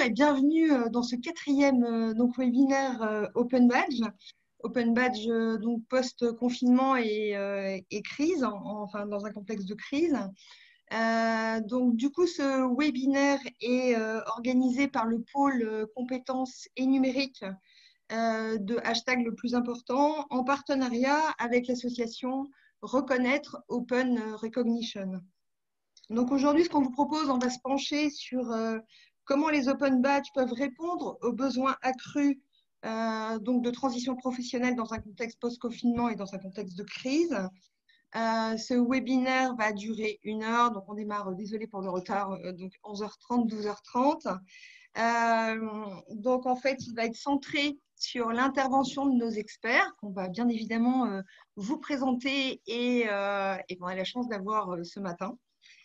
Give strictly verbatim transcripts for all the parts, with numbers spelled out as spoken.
et bienvenue dans ce quatrième donc, webinaire euh, Open Badge. Open Badge euh, donc post-confinement et, euh, et crise, en, enfin dans un contexte de crise. Euh, donc du coup, ce webinaire est euh, organisé par le pôle euh, compétences et numérique euh, de hashtag le plus important en partenariat avec l'association Reconnaître Open Recognition. Donc aujourd'hui, ce qu'on vous propose, on va se pencher sur euh, comment les open badges peuvent répondre aux besoins accrus euh, donc de transition professionnelle dans un contexte post-confinement et dans un contexte de crise. Euh, ce webinaire va durer une heure, donc on démarre, euh, désolé pour le retard, euh, donc onze heures trente, douze heures trente. Euh, donc en fait, il va être centré sur l'intervention de nos experts, qu'on va bien évidemment euh, vous présenter et, euh, et qu'on a la chance d'avoir euh, ce matin.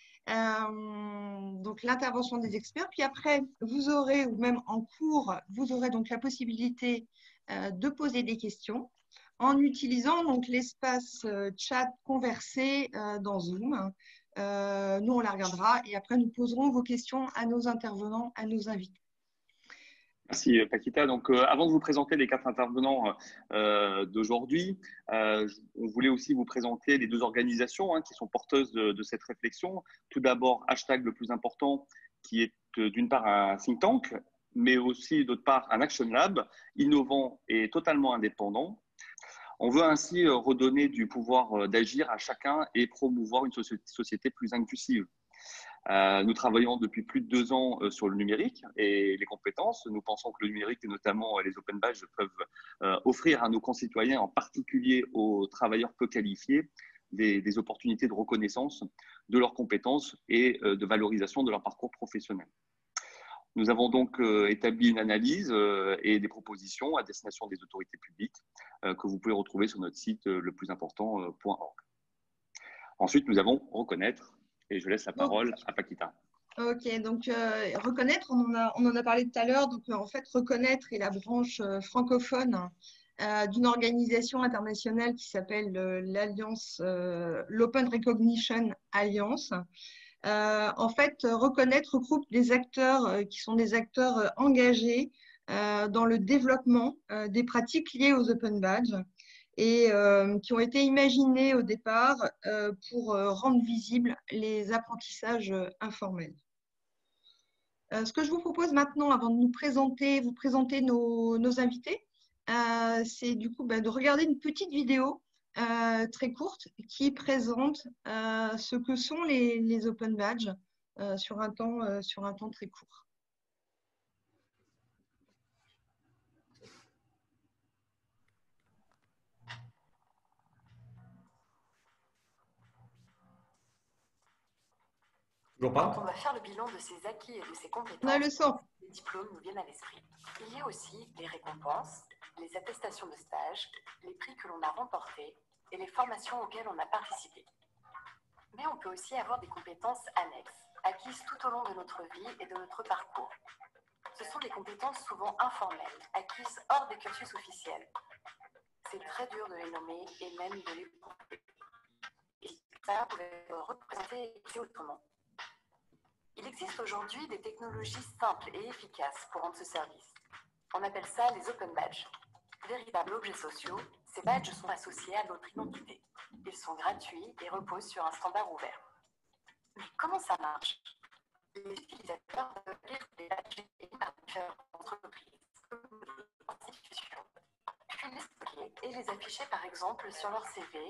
Euh, donc l'intervention des experts, puis après vous aurez, ou même en cours, vous aurez donc la possibilité euh, de poser des questions en utilisant donc l'espace euh, chat conversé euh, dans Zoom. Euh, nous on la regardera et après nous poserons vos questions à nos intervenants, à nos invités. Merci Paquita. Donc, euh, avant de vous présenter les quatre intervenants euh, d'aujourd'hui, euh, on voulait aussi vous présenter les deux organisations hein, qui sont porteuses de, de cette réflexion. Tout d'abord, hashtag le plus important, qui est euh, d'une part un think tank, mais aussi d'autre part un action lab, innovant et totalement indépendant. On veut ainsi redonner du pouvoir d'agir à chacun et promouvoir une société plus inclusive. Euh, nous travaillons depuis plus de deux ans euh, sur le numérique et les compétences. Nous pensons que le numérique et notamment euh, les open badges peuvent euh, offrir à nos concitoyens, en particulier aux travailleurs peu qualifiés, des, des opportunités de reconnaissance de leurs compétences et euh, de valorisation de leur parcours professionnel. Nous avons donc euh, établi une analyse euh, et des propositions à destination des autorités publiques euh, que vous pouvez retrouver sur notre site euh, le plus important point org. Ensuite, nous avons reconnaître. Et je laisse la parole à Paquita. Ok, donc euh, reconnaître, on en, a, on en a parlé tout à l'heure. Donc euh, en fait, reconnaître est la branche euh, francophone euh, d'une organisation internationale qui s'appelle euh, l'Alliance, euh, l'Open Recognition Alliance. Euh, en fait, reconnaître regroupe des acteurs euh, qui sont des acteurs euh, engagés euh, dans le développement euh, des pratiques liées aux open badges et euh, qui ont été imaginés au départ euh, pour euh, rendre visibles les apprentissages euh, informels. Euh, ce que je vous propose maintenant, avant de nous présenter, vous présenter nos, nos invités, euh, c'est du coup bah, de regarder une petite vidéo euh, très courte qui présente euh, ce que sont les, les open badges euh, sur un temps, euh, sur un temps très court. Quand on va faire le bilan de ses acquis et de ses compétences, on a le son. Les diplômes nous viennent à l'esprit. Il y a aussi les récompenses, les attestations de stage, les prix que l'on a remportés et les formations auxquelles on a participé. Mais on peut aussi avoir des compétences annexes, acquises tout au long de notre vie et de notre parcours. Ce sont des compétences souvent informelles, acquises hors des cursus officiels. C'est très dur de les nommer et même de les prouver. Et ça pouvait représenter autrement. Il existe aujourd'hui des technologies simples et efficaces pour rendre ce service. On appelle ça les open badges. Véritables objets sociaux, ces badges sont associés à notre identité. Ils sont gratuits et reposent sur un standard ouvert. Mais comment ça marche? Les utilisateurs peuvent lire des badges émis par différentes entreprises, institutions, puis les stocker et les afficher par exemple sur leur C V,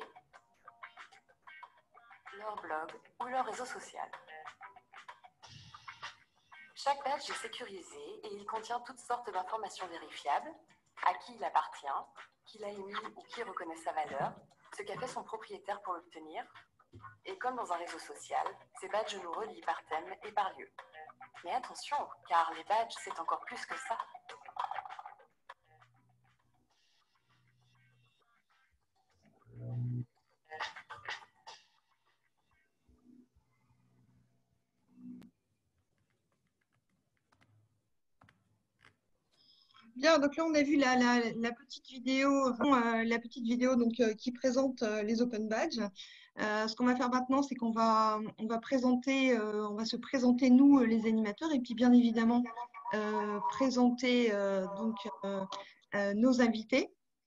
leur blog ou leur réseau social. Chaque badge est sécurisé et il contient toutes sortes d'informations vérifiables, à qui il appartient, qui l'a émis ou qui reconnaît sa valeur, ce qu'a fait son propriétaire pour l'obtenir. Et comme dans un réseau social, ces badges nous relient par thème et par lieu. Mais attention, car les badges, c'est encore plus que ça. Bien, donc là on a vu la, la, la petite vidéo, euh, la petite vidéo donc, euh, qui présente euh, les open badges. Euh, ce qu'on va faire maintenant, c'est qu'on va, on va présenter, euh, on va se présenter nous les animateurs et puis bien évidemment euh, présenter euh, donc, euh, euh, nos invités.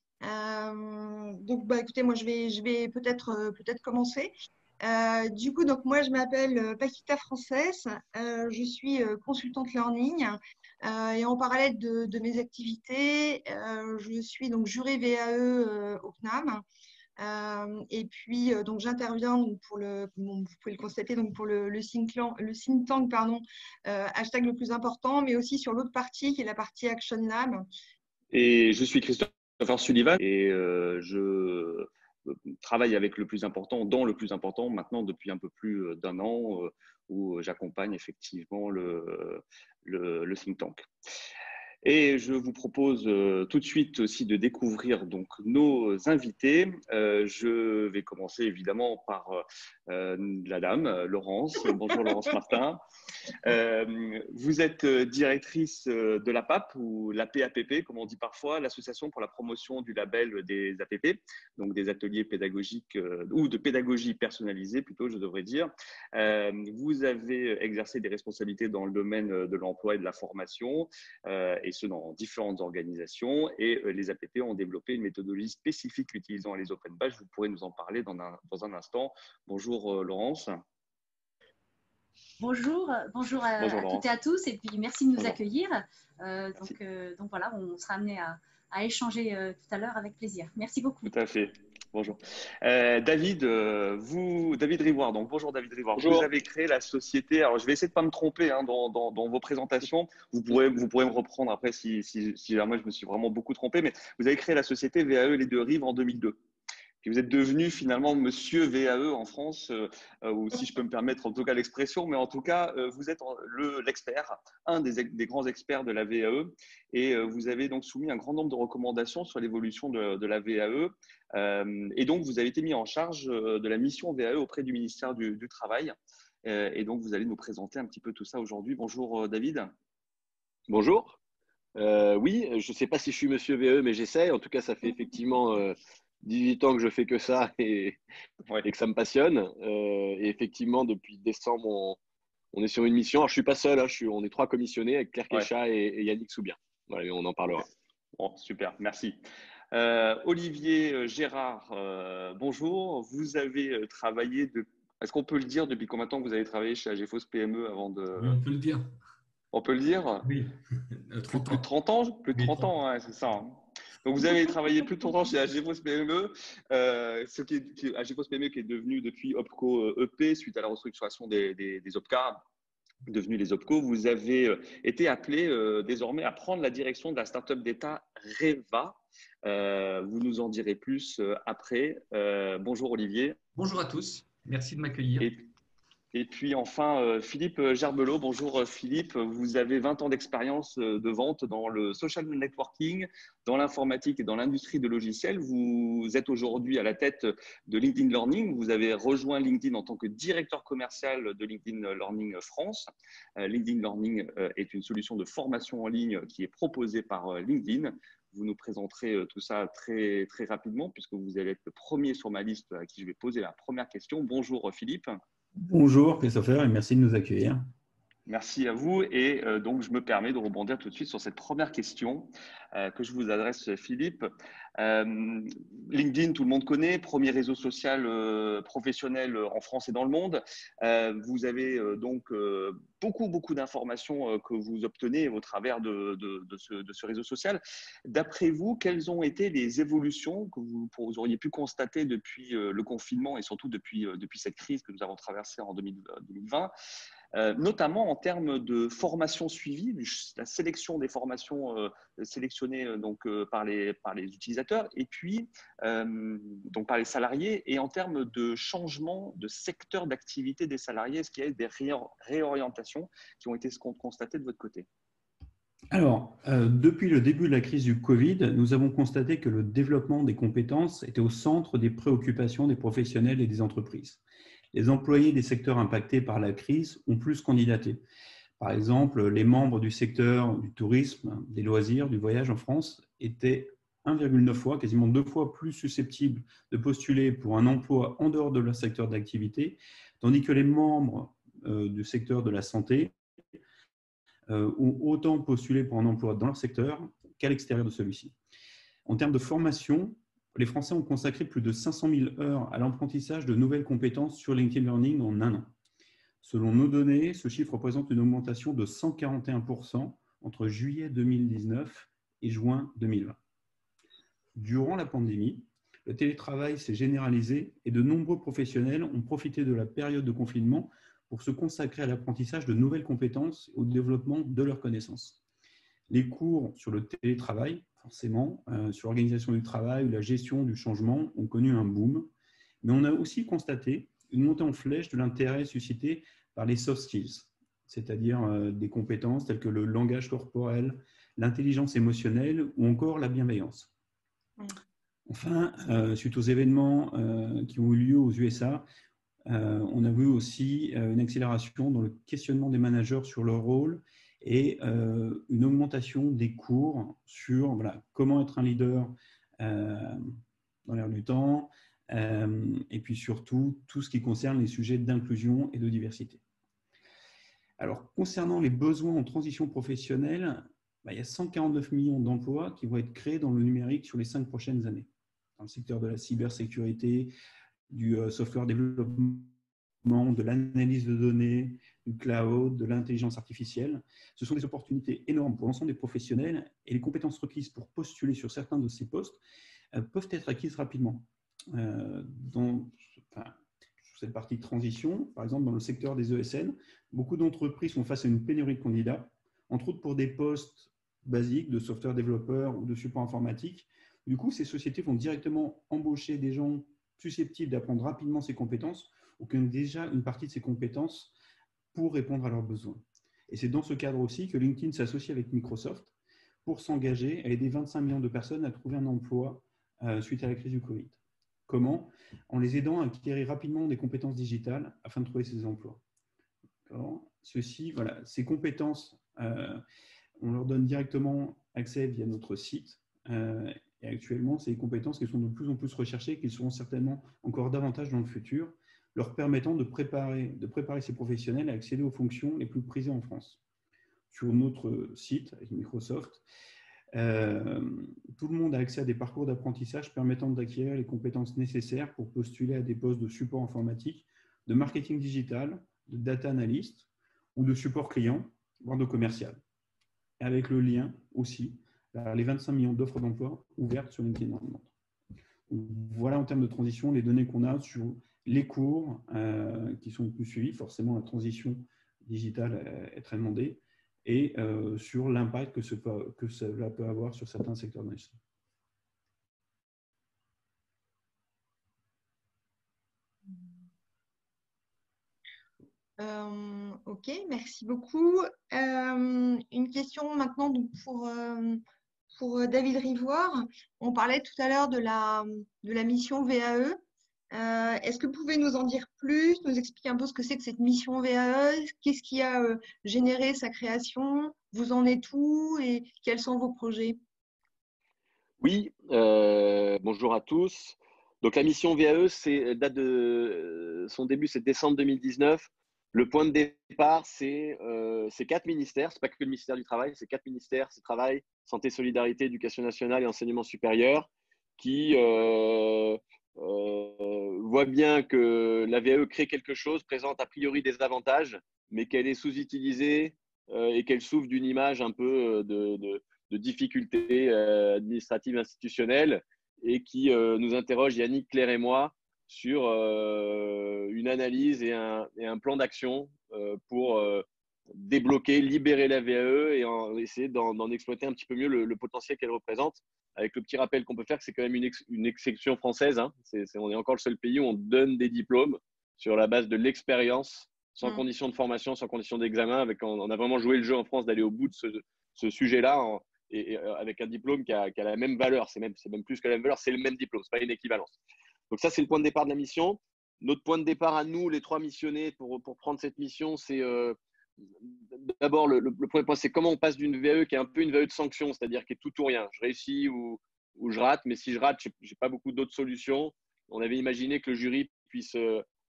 Euh, donc, bah, écoutez, moi, je vais, je vais peut-être euh, peut-être commencer. Euh, du coup, donc moi, je m'appelle euh, Paquita Frances. Euh, je suis euh, consultante learning euh, et en parallèle de, de mes activités, euh, je suis donc jurée V A E euh, au C N A M. Euh, et puis, euh, donc, j'interviens donc, pour le, bon, vous pouvez le constater, donc pour le, le think tank, le think tank, pardon, euh, hashtag le plus important, mais aussi sur l'autre partie qui est la partie Action Lab. Et je suis Christopher Sullivan et euh, je travaille avec le plus important, dans le plus important, maintenant depuis un peu plus d'un an, euh, où j'accompagne effectivement le, le, le think tank. Et je vous propose euh, tout de suite aussi de découvrir donc nos invités. Euh, je vais commencer évidemment par euh, la dame, Laurence. Bonjour Laurence Martin. Euh, vous êtes directrice de l'A P A P ou l'A P A P P, comme on dit parfois, l'Association pour la promotion du label des A P P, donc des ateliers pédagogiques euh, ou de pédagogie personnalisée plutôt, je devrais dire. Euh, vous avez exercé des responsabilités dans le domaine de l'emploi et de la formation, euh, et ce dans différentes organisations. Et euh, les A P P ont développé une méthodologie spécifique utilisant les open badges. Vous pourrez nous en parler dans un, dans un instant. Bonjour euh, Laurence. Bonjour, bonjour à, bonjour à toutes et à tous, et puis merci de nous bonjour. accueillir. Euh, donc, euh, donc voilà, on sera amené à, à échanger euh, tout à l'heure avec plaisir. Merci beaucoup. Tout à fait. Bonjour. Euh, David, euh, vous, David Rivoire, donc bonjour David Rivoire. Bonjour. Vous avez créé la société, alors je vais essayer de ne pas me tromper hein, dans, dans, dans vos présentations, vous pourrez, vous pourrez me reprendre après si, si, si moi je me suis vraiment beaucoup trompé, mais vous avez créé la société V A E Les Deux Rives en deux mille deux. Et vous êtes devenu finalement Monsieur V A E en France, euh, ou si je peux me permettre en tout cas l'expression, mais en tout cas, euh, vous êtes le, l'expert, un des, des grands experts de la V A E, et euh, vous avez donc soumis un grand nombre de recommandations sur l'évolution de, de la V A E, euh, et donc vous avez été mis en charge de la mission V A E auprès du ministère du, du Travail, euh, et donc vous allez nous présenter un petit peu tout ça aujourd'hui. Bonjour David. Bonjour. Euh, oui, je ne sais pas si je suis Monsieur V A E, mais j'essaie. En tout cas, ça fait effectivement euh, dix-huit ans que je fais que ça et, ouais. et que ça me passionne. Euh, et effectivement, depuis décembre, on, on est sur une mission. Alors, je ne suis pas seul, hein, je suis, on est trois commissionnés avec Claire Kécha ouais. et, et Yannick Soubien. Voilà, on en parlera. Bon, super, merci. Euh, Olivier Gérard, euh, bonjour. Vous avez travaillé, de... est-ce qu'on peut le dire depuis combien de temps que vous avez travaillé chez Agefos P M E avant de… Oui, on peut le dire. On peut le dire? Oui, trente ans. Plus de trente ans, plus de trente ans, ouais, c'est ça. Hein. Donc, vous avez travaillé plus de trente ans chez Agefos P M E, euh, ce qui est, qui, Agefos P M E qui est devenu depuis OPCO E P suite à la restructuration des, des, des O P C A, devenus les OPCO. Vous avez euh, été appelé euh, désormais à prendre la direction de la start-up d'État REVA. Euh, vous nous en direz plus euh, après. Euh, bonjour Olivier. Bonjour à tous, merci de m'accueillir. Et, et puis enfin, euh, Philippe Gerbelot. Bonjour Philippe, vous avez vingt ans d'expérience de vente dans le social networking, dans l'informatique et dans l'industrie de logiciels. Vous êtes aujourd'hui à la tête de LinkedIn Learning. Vous avez rejoint LinkedIn en tant que directeur commercial de LinkedIn Learning France. Euh, LinkedIn Learning euh, est une solution de formation en ligne qui est proposée par euh, LinkedIn. Vous nous présenterez tout ça très, très rapidement puisque vous allez être le premier sur ma liste à qui je vais poser la première question. Bonjour Philippe. Bonjour Christopher et merci de nous accueillir. Merci à vous. Et euh, donc, je me permets de rebondir tout de suite sur cette première question euh, que je vous adresse, Philippe. Euh, LinkedIn, tout le monde connaît, premier réseau social euh, professionnel en France et dans le monde. Euh, vous avez euh, donc euh, beaucoup, beaucoup d'informations euh, que vous obtenez au travers de, de, de, ce, de ce réseau social. D'après vous, quelles ont été les évolutions que vous, vous auriez pu constater depuis euh, le confinement et surtout depuis, euh, depuis cette crise que nous avons traversée en deux mille vingt ? Euh, notamment en termes de formation suivie, la sélection des formations euh, sélectionnées euh, donc, euh, par, les, par les utilisateurs et puis euh, donc par les salariés, et en termes de changement de secteur d'activité des salariés, est-ce qu'il y a des réorientations qui ont été constatées de votre côté? Alors, euh, depuis le début de la crise du Covid, nous avons constaté que le développement des compétences était au centre des préoccupations des professionnels et des entreprises. Les employés des secteurs impactés par la crise ont plus candidaté. Par exemple, les membres du secteur du tourisme, des loisirs, du voyage en France étaient un virgule neuf fois, quasiment deux fois plus susceptibles de postuler pour un emploi en dehors de leur secteur d'activité, tandis que les membres euh, du secteur de la santé euh, ont autant postulé pour un emploi dans leur secteur qu'à l'extérieur de celui-ci. En termes de formation, les Français ont consacré plus de cinq cent mille heures à l'apprentissage de nouvelles compétences sur LinkedIn Learning en un an. Selon nos données, ce chiffre représente une augmentation de cent quarante et un pour cent entre juillet deux mille dix-neuf et juin deux mille vingt. Durant la pandémie, le télétravail s'est généralisé et de nombreux professionnels ont profité de la période de confinement pour se consacrer à l'apprentissage de nouvelles compétences et au développement de leurs connaissances. Les cours sur le télétravail, forcément, euh, sur l'organisation du travail ou la gestion du changement ont connu un boom, mais on a aussi constaté une montée en flèche de l'intérêt suscité par les soft skills, c'est-à-dire euh, des compétences telles que le langage corporel, l'intelligence émotionnelle ou encore la bienveillance. Enfin, euh, suite aux événements euh, qui ont eu lieu aux U S A, euh, on a vu aussi euh, une accélération dans le questionnement des managers sur leur rôle et euh, une augmentation des cours sur voilà, comment être un leader euh, dans l'air du temps euh, et puis surtout tout ce qui concerne les sujets d'inclusion et de diversité. Alors, concernant les besoins en transition professionnelle, bah, il y a cent quarante-neuf millions d'emplois qui vont être créés dans le numérique sur les cinq prochaines années, dans le secteur de la cybersécurité, du software développement, de l'analyse de données, du cloud, de l'intelligence artificielle. Ce sont des opportunités énormes pour l'ensemble des professionnels et les compétences requises pour postuler sur certains de ces postes euh, peuvent être acquises rapidement. Euh, dans, enfin, sur cette partie de transition, par exemple dans le secteur des E S N, beaucoup d'entreprises sont face à une pénurie de candidats, entre autres pour des postes basiques de software développeur ou de support informatique. Du coup, ces sociétés vont directement embaucher des gens susceptibles d'apprendre rapidement ces compétences ou qui ont déjà une partie de ces compétences pour répondre à leurs besoins. Et c'est dans ce cadre aussi que LinkedIn s'associe avec Microsoft pour s'engager à aider vingt-cinq millions de personnes à trouver un emploi euh, suite à la crise du Covid. Comment ? En les aidant à acquérir rapidement des compétences digitales afin de trouver ces emplois. Alors, ceci, voilà, ces compétences, euh, on leur donne directement accès via notre site. Euh, et actuellement, c'est des compétences qui sont de plus en plus recherchées et qui seront certainement encore davantage dans le futur, leur permettant de préparer, de préparer ces professionnels à accéder aux fonctions les plus prisées en France. Sur notre site, avec Microsoft, euh, tout le monde a accès à des parcours d'apprentissage permettant d'acquérir les compétences nécessaires pour postuler à des postes de support informatique, de marketing digital, de data analyst ou de support client, voire de commercial. Avec le lien aussi vers les vingt-cinq millions d'offres d'emploi ouvertes sur LinkedIn. Voilà en termes de transition les données qu'on a sur les cours euh, qui sont plus suivis. Forcément, la transition digitale est très demandée et euh, sur l'impact que, ce peut, que cela peut avoir sur certains secteurs d'industrie. Euh, ok, merci beaucoup. Euh, une question maintenant donc, pour, euh, pour David Rivoire. On parlait tout à l'heure de la, de la mission V A E. Euh, Est-ce que vous pouvez nous en dire plus, nous expliquer un peu ce que c'est que cette mission V A E? Qu'est-ce qui a euh, généré sa création? Vous en êtes où et quels sont vos projets? Oui, euh, bonjour à tous. Donc la mission V A E, c'est date de son début, c'est décembre deux mille dix-neuf. Le point de départ, c'est euh, quatre ministères. C'est pas que le ministère du Travail, c'est quatre ministères. C'est Travail, Santé, Solidarité, Éducation nationale et Enseignement supérieur, qui euh, euh, voient bien que la V A E crée quelque chose, présente a priori des avantages, mais qu'elle est sous-utilisée euh, et qu'elle souffre d'une image un peu de, de de difficultés euh, administratives institutionnelles et qui euh, nous interroge, Yannick, Claire et moi, sur euh, une analyse et un, et un plan d'action euh, pour euh, débloquer, libérer la V A E et en, essayer d'en exploiter un petit peu mieux le, le potentiel qu'elle représente. Avec le petit rappel qu'on peut faire que c'est quand même une, ex, une exception française. Hein. C'est, c'est, on est encore le seul pays où on donne des diplômes sur la base de l'expérience, sans mmh. condition de formation, sans condition d'examen. Avec, on, on a vraiment joué le jeu en France d'aller au bout de ce, ce sujet-là en, et, et avec un diplôme qui a, qui a la même valeur. C'est même, c'est même plus que la même valeur, c'est le même diplôme, ce n'est pas une équivalence. Donc ça, c'est le point de départ de la mission. Notre point de départ à nous, les trois missionnés, pour, pour prendre cette mission, c'est euh, d'abord, le, le, le premier point, c'est comment on passe d'une V A E qui est un peu une V A E de sanction, c'est-à-dire qui est tout ou rien. Je réussis ou, ou je rate, mais si je rate, je n'ai pas beaucoup d'autres solutions. On avait imaginé que le jury puisse euh,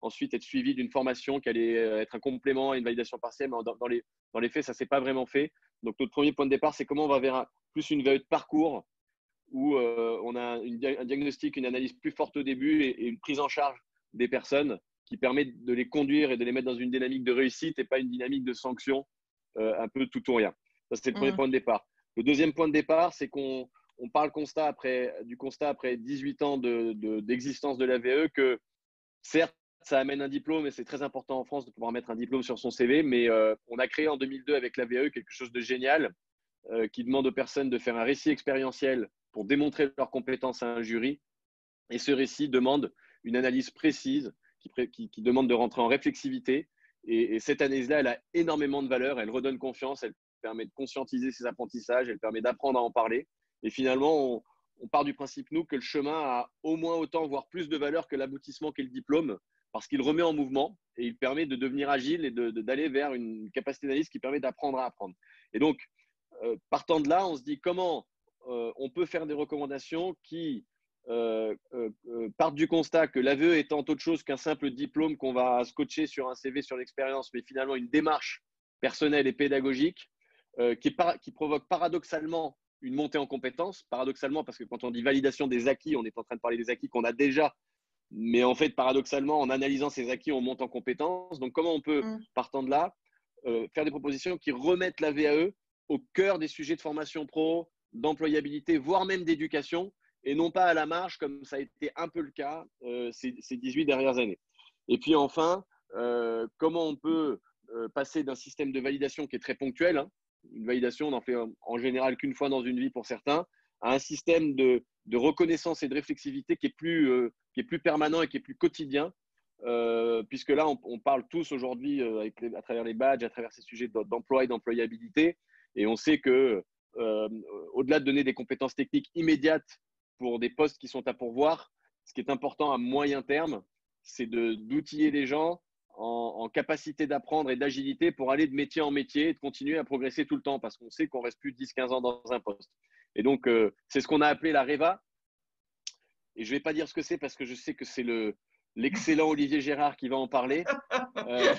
ensuite être suivi d'une formation qui allait être un complément à une validation partielle. Mais dans, dans, les, dans les faits, ça ne s'est pas vraiment fait. Donc, notre premier point de départ, c'est comment on va vers un, plus une V A E de parcours où euh, on a une, un diagnostic, une analyse plus forte au début et, et une prise en charge des personnes qui permet de les conduire et de les mettre dans une dynamique de réussite et pas une dynamique de sanction euh, un peu tout ou rien. Ça, c'est le premier mmh. point de départ. Le deuxième point de départ, c'est qu'on on parle constat après, du constat après dix-huit ans de, de, d'existence de la V A E que certes, ça amène un diplôme et c'est très important en France de pouvoir mettre un diplôme sur son C V, mais euh, on a créé en deux mille deux avec la V A E quelque chose de génial euh, qui demande aux personnes de faire un récit expérientiel pour démontrer leurs compétences à un jury. Et ce récit demande une analyse précise qui, qui, qui demande de rentrer en réflexivité. Et, et cette analyse-là, elle a énormément de valeur. Elle redonne confiance, elle permet de conscientiser ses apprentissages, elle permet d'apprendre à en parler. Et finalement, on, on part du principe, nous, que le chemin a au moins autant, voire plus de valeur que l'aboutissement qu'est le diplôme, parce qu'il remet en mouvement et il permet de devenir agile et de, de, d'aller vers une capacité d'analyse qui permet d'apprendre à apprendre. Et donc, euh, partant de là, on se dit comment euh, on peut faire des recommandations qui euh, euh, euh, partent du constat que l'A V E étant autre chose qu'un simple diplôme qu'on va scotcher sur un C V sur l'expérience, mais finalement une démarche personnelle et pédagogique euh, qui, est par, qui provoque paradoxalement une montée en compétences, paradoxalement parce que quand on dit validation des acquis, on est en train de parler des acquis qu'on a déjà, mais en fait, paradoxalement, en analysant ces acquis, on monte en compétences. Donc, comment on peut, mmh. partant de là, euh, faire des propositions qui remettent la V A E au cœur des sujets de formation pro, d'employabilité, voire même d'éducation, et non pas à la marge, comme ça a été un peu le cas euh, ces, ces dix-huit dernières années. Et puis enfin, euh, comment on peut euh, passer d'un système de validation qui est très ponctuel, hein, une validation, on n'en fait en général qu'une fois dans une vie pour certains, à un système de, de reconnaissance et de réflexivité qui est plus, euh, qui est plus permanent et qui est plus quotidien, euh, puisque là, on, on parle tous aujourd'hui euh, à travers les badges, à travers ces sujets d'emploi et d'employabilité, et on sait que euh, au-delà de donner des compétences techniques immédiates pour des postes qui sont à pourvoir, ce qui est important à moyen terme, c'est de, d'outiller les gens en, en capacité d'apprendre et d'agilité pour aller de métier en métier et de continuer à progresser tout le temps, parce qu'on sait qu'on reste plus de dix à quinze ans dans un poste. Et donc, euh, c'est ce qu'on a appelé la REVA. Et je ne vais pas dire ce que c'est parce que je sais que c'est le, l'excellent Olivier Gérard qui va en parler. Euh,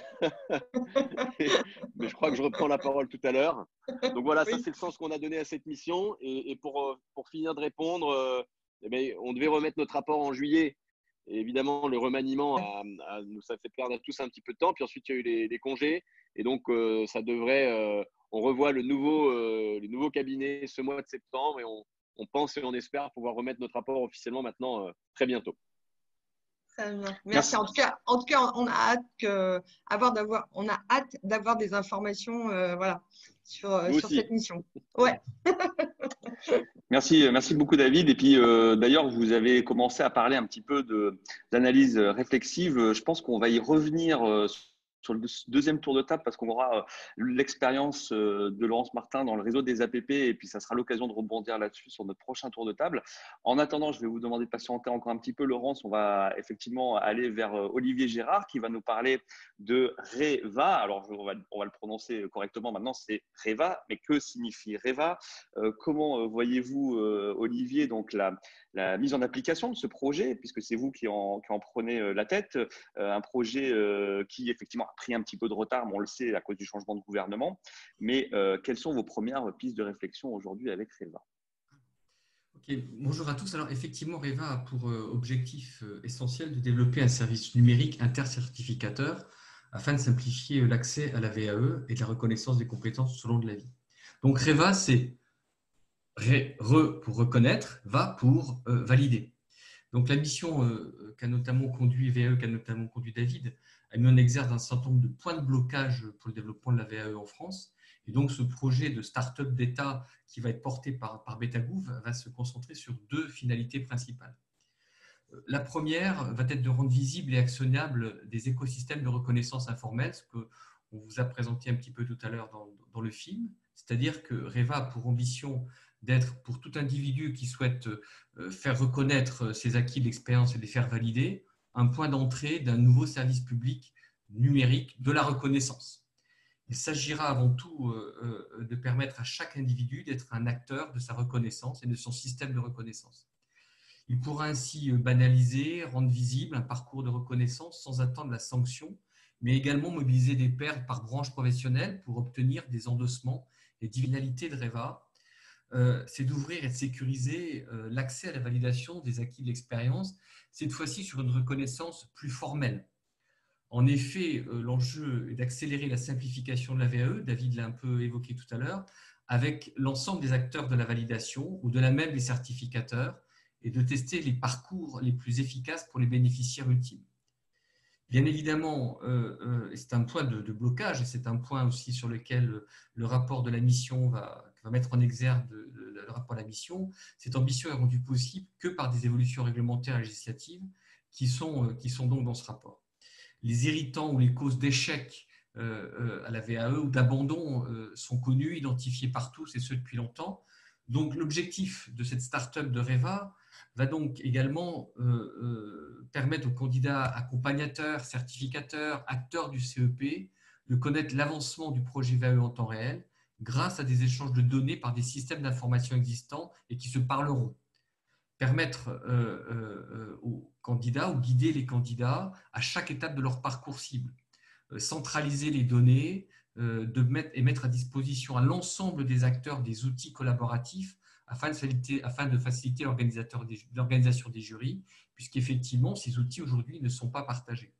mais je crois que je reprends la parole tout à l'heure. Donc voilà, oui. Ça c'est le sens qu'on a donné à cette mission. Et, et pour, pour finir de répondre, euh, eh bien, on devait remettre notre rapport en juillet. Et évidemment, le remaniement, a, a, ça fait perdre à tous un petit peu de temps. Puis ensuite, il y a eu les, les congés. Et donc, euh, ça devrait… Euh, on revoit le nouveau, euh, le nouveau cabinet ce mois de septembre et on, on pense et on espère pouvoir remettre notre rapport officiellement maintenant euh, très bientôt. Très bien. Merci. Merci. En tout cas, en tout cas, on a hâte que, avoir d'avoir, on a hâte d'avoir des informations, euh, voilà, sur, sur cette mission. Ouais. Merci, merci beaucoup David. Et puis euh, d'ailleurs, vous avez commencé à parler un petit peu de d'analyse réflexive. Je pense qu'on va y revenir euh, sur le deuxième tour de table parce qu'on aura l'expérience de Laurence Martin dans le réseau des A P P et puis ça sera l'occasion de rebondir là-dessus sur notre prochain tour de table. En attendant, je vais vous demander de patienter encore un petit peu, Laurence. On va effectivement aller vers Olivier Gérard qui va nous parler de REVA. Alors, on va, on va le prononcer correctement maintenant, c'est REVA, mais que signifie REVA? euh, Comment voyez-vous, euh, Olivier, donc la, la mise en application de ce projet, puisque c'est vous qui en, qui en prenez la tête, euh, un projet euh, qui effectivement a pris un petit peu de retard, mais on le sait à cause du changement de gouvernement. Mais euh, quelles sont vos premières pistes de réflexion aujourd'hui avec REVA? Ok, bonjour à tous. Alors effectivement, REVA a pour euh, objectif euh, essentiel de développer un service numérique intercertificateur afin de simplifier euh, l'accès à la V A E et de la reconnaissance des compétences tout au long de la vie. Donc REVA, c'est Re, re pour reconnaître, va pour euh, valider. Donc la mission euh, qu'a notamment conduit V A E, qu'a notamment conduit David, a mis en exergue un certain nombre de points de blocage pour le développement de la V A E en France. Et donc ce projet de start-up d'État qui va être porté par, par Betagouv va se concentrer sur deux finalités principales. La première va être de rendre visibles et actionnables des écosystèmes de reconnaissance informelle, ce qu'on vous a présenté un petit peu tout à l'heure dans, dans le film. C'est-à-dire que REVA a pour ambition d'être, pour tout individu qui souhaite faire reconnaître ses acquis de l'expérience et les faire valider, un point d'entrée d'un nouveau service public numérique de la reconnaissance. Il s'agira avant tout de permettre à chaque individu d'être un acteur de sa reconnaissance et de son système de reconnaissance. Il pourra ainsi banaliser, rendre visible un parcours de reconnaissance sans attendre la sanction, mais également mobiliser des pairs par branche professionnelle pour obtenir des endossements. Et divinalité de REVA, euh, c'est d'ouvrir et de sécuriser euh, l'accès à la validation des acquis de l'expérience, cette fois-ci sur une reconnaissance plus formelle. En effet, euh, l'enjeu est d'accélérer la simplification de la V A E, David l'a un peu évoqué tout à l'heure, avec l'ensemble des acteurs de la validation, au-delà même des certificateurs, et de tester les parcours les plus efficaces pour les bénéficiaires ultimes. Bien évidemment, euh, euh, c'est un point de, de blocage et c'est un point aussi sur lequel le rapport de la mission va, va mettre en exergue de, de, de, le rapport de la mission. Cette ambition est rendue possible que par des évolutions réglementaires et législatives qui sont, euh, qui sont donc dans ce rapport. Les irritants ou les causes d'échec euh, euh, à la V A E ou d'abandon euh, sont connus, identifiés par tous et ceux depuis longtemps. Donc l'objectif de cette start-up de REVA va donc également euh, euh, permettre aux candidats accompagnateurs, certificateurs, acteurs du C E P de connaître l'avancement du projet V A E en temps réel grâce à des échanges de données par des systèmes d'information existants et qui se parleront. Permettre euh, euh, aux candidats ou guider les candidats à chaque étape de leur parcours cible. Euh, centraliser les données euh, de mettre, et mettre à disposition à l'ensemble des acteurs des outils collaboratifs afin de faciliter, afin de faciliter l'organisation des jurys, puisqu'effectivement, ces outils aujourd'hui ne sont pas partagés.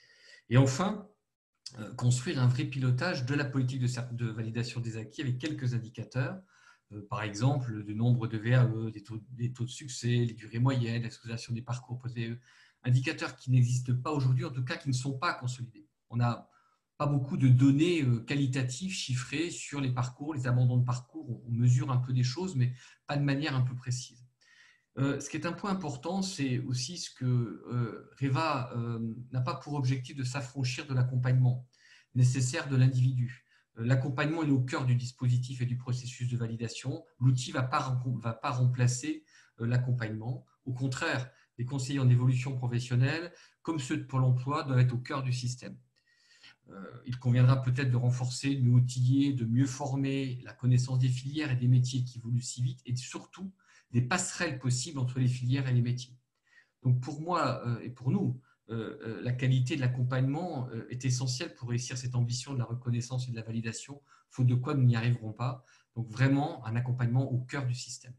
Et enfin, euh, construire un vrai pilotage de la politique de, de validation des acquis avec quelques indicateurs, euh, par exemple le nombre de V A E, des taux, des taux de succès, les durées moyennes, l'exclusion des parcours post-V A E, indicateurs qui n'existent pas aujourd'hui, en tout cas qui ne sont pas consolidés. On n'a pas beaucoup de données qualitatives chiffrées sur les parcours, les abandons de parcours. On mesure un peu des choses, mais pas de manière un peu précise. Euh, ce qui est un point important, c'est aussi ce que euh, REVA euh, n'a pas pour objectif de s'affranchir de l'accompagnement nécessaire de l'individu. Euh, l'accompagnement est au cœur du dispositif et du processus de validation. L'outil ne va pas, va pas remplacer euh, l'accompagnement. Au contraire, les conseillers en évolution professionnelle, comme ceux de Pôle emploi, doivent être au cœur du système. Euh, il conviendra peut-être de renforcer, de mieux outiller, de mieux former la connaissance des filières et des métiers qui évoluent si vite et surtout des passerelles possibles entre les filières et les métiers. Donc pour moi euh, et pour nous, euh, euh, la qualité de l'accompagnement euh, est essentielle pour réussir cette ambition de la reconnaissance et de la validation, faute de quoi nous n'y arriverons pas. Donc vraiment un accompagnement au cœur du système.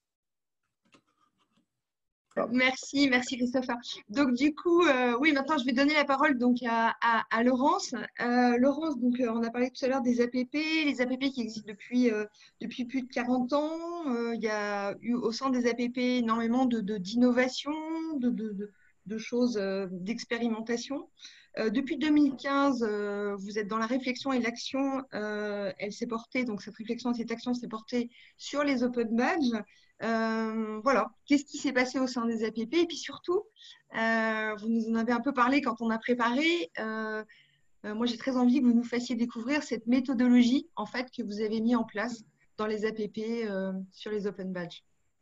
Merci, merci Christopher. Donc du coup, euh, oui, maintenant je vais donner la parole donc à, à, à Laurence. Euh, Laurence, donc euh, on a parlé tout à l'heure des A P P, les A P P qui existent depuis euh, depuis plus de quarante ans. Euh, il y a eu au sein des A P P énormément de d'innovation, de, de, de, de choses, euh, d'expérimentation. Euh, depuis deux mille quinze, euh, vous êtes dans la réflexion et l'action. Euh, elle s'est portée, donc cette réflexion et cette action s'est portée sur les open badges. Euh, voilà, qu'est-ce qui s'est passé au sein des A P P? Et puis surtout, euh, vous nous en avez un peu parlé quand on a préparé. Euh, euh, moi, j'ai très envie que vous nous fassiez découvrir cette méthodologie en fait que vous avez mis en place dans les A P P euh, sur les open badges.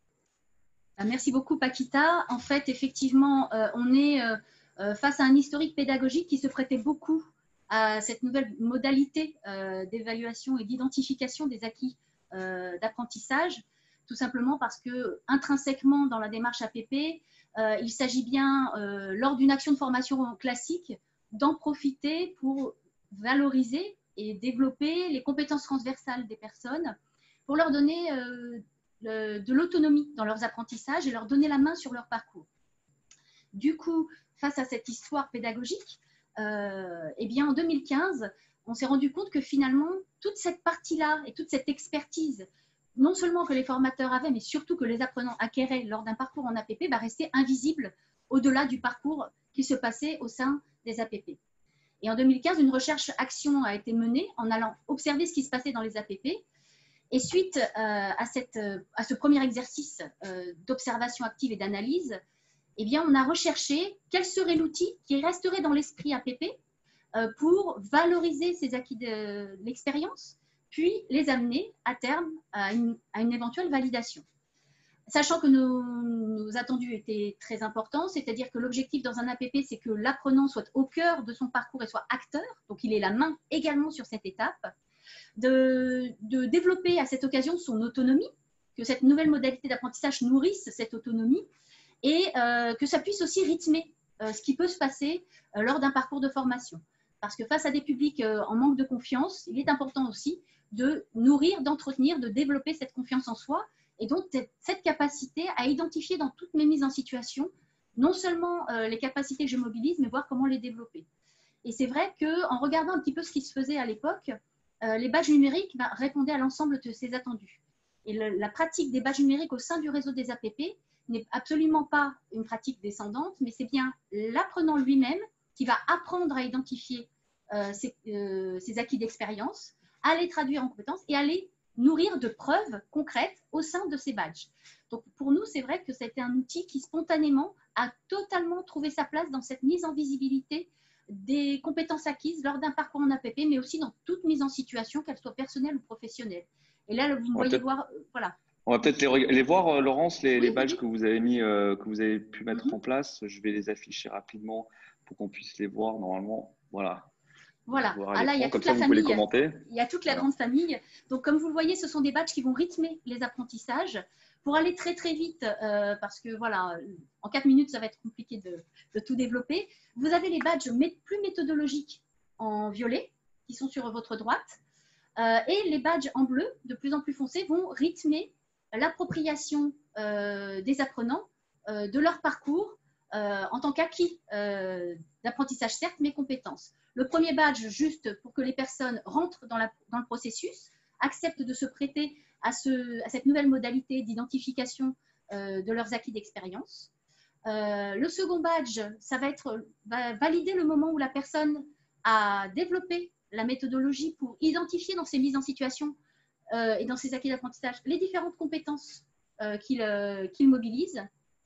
Merci beaucoup, Paquita. En fait, effectivement, euh, on est euh, face à un historique pédagogique qui se prêtait beaucoup à cette nouvelle modalité euh, d'évaluation et d'identification des acquis euh, d'apprentissage. Tout simplement parce que intrinsèquement dans la démarche A P P, euh, il s'agit bien, euh, lors d'une action de formation classique, d'en profiter pour valoriser et développer les compétences transversales des personnes, pour leur donner euh, le, de l'autonomie dans leurs apprentissages et leur donner la main sur leur parcours. Du coup, face à cette histoire pédagogique, euh, eh bien, en deux mille quinze, on s'est rendu compte que finalement, toute cette partie-là et toute cette expertise non seulement que les formateurs avaient, mais surtout que les apprenants acquéraient lors d'un parcours en A P P, bah, restait invisible au-delà du parcours qui se passait au sein des A P P. Et en deux mille quinze, une recherche-action a été menée en allant observer ce qui se passait dans les A P P. Et suite euh, à, cette, à ce premier exercice euh, d'observation active et d'analyse, eh bien, on a recherché quel serait l'outil qui resterait dans l'esprit A P P euh, pour valoriser ces acquis de, de l'expérience, puis les amener à terme à une, à une éventuelle validation. Sachant que nos, nos attendus étaient très importants, c'est-à-dire que l'objectif dans un A P P, c'est que l'apprenant soit au cœur de son parcours et soit acteur, donc il ait la main également sur cette étape, de, de développer à cette occasion son autonomie, que cette nouvelle modalité d'apprentissage nourrisse cette autonomie, et euh, que ça puisse aussi rythmer euh, ce qui peut se passer euh, lors d'un parcours de formation. Parce que face à des publics euh, en manque de confiance, il est important aussi de nourrir, d'entretenir, de développer cette confiance en soi et donc cette capacité à identifier dans toutes mes mises en situation non seulement euh, les capacités que je mobilise, mais voir comment les développer. Et c'est vrai qu'en regardant un petit peu ce qui se faisait à l'époque, euh, les badges numériques bah, répondaient à l'ensemble de ces attendus. Et le, la pratique des badges numériques au sein du réseau des A P P n'est absolument pas une pratique descendante, mais c'est bien l'apprenant lui-même qui va apprendre à identifier euh, ses, euh, ses acquis d'expérience, à les traduire en compétences et à les nourrir de preuves concrètes au sein de ces badges. Donc pour nous, c'est vrai que c'était un outil qui spontanément a totalement trouvé sa place dans cette mise en visibilité des compétences acquises lors d'un parcours en A P P, mais aussi dans toute mise en situation, qu'elle soit personnelle ou professionnelle. Et là, vous me voyez voir, euh, voilà. On va peut-être les, les voir, Laurence, les, oui, les badges oui. que vous avez mis, euh, que vous avez pu mettre Mm-hmm. en place. Je vais les afficher rapidement pour qu'on puisse les voir. Normalement, voilà. Voilà. Ah là, il y a toute la famille. Il y a toute la voilà. grande famille. Donc, comme vous le voyez, ce sont des badges qui vont rythmer les apprentissages pour aller très très vite, euh, parce que voilà, en quatre minutes, ça va être compliqué de, de tout développer. Vous avez les badges plus méthodologiques en violet, qui sont sur votre droite, euh, et les badges en bleu, de plus en plus foncés, vont rythmer l'appropriation euh, des apprenants euh, de leur parcours euh, en tant qu'acquis euh, d'apprentissage, certes, mais compétences. Le premier badge, juste pour que les personnes rentrent dans, la, dans le processus, acceptent de se prêter à, ce, à cette nouvelle modalité d'identification euh, de leurs acquis d'expérience. Euh, le second badge, ça va être va valider le moment où la personne a développé la méthodologie pour identifier dans ses mises en situation euh, et dans ses acquis d'apprentissage les différentes compétences euh, qu'il euh, qu'il mobilise.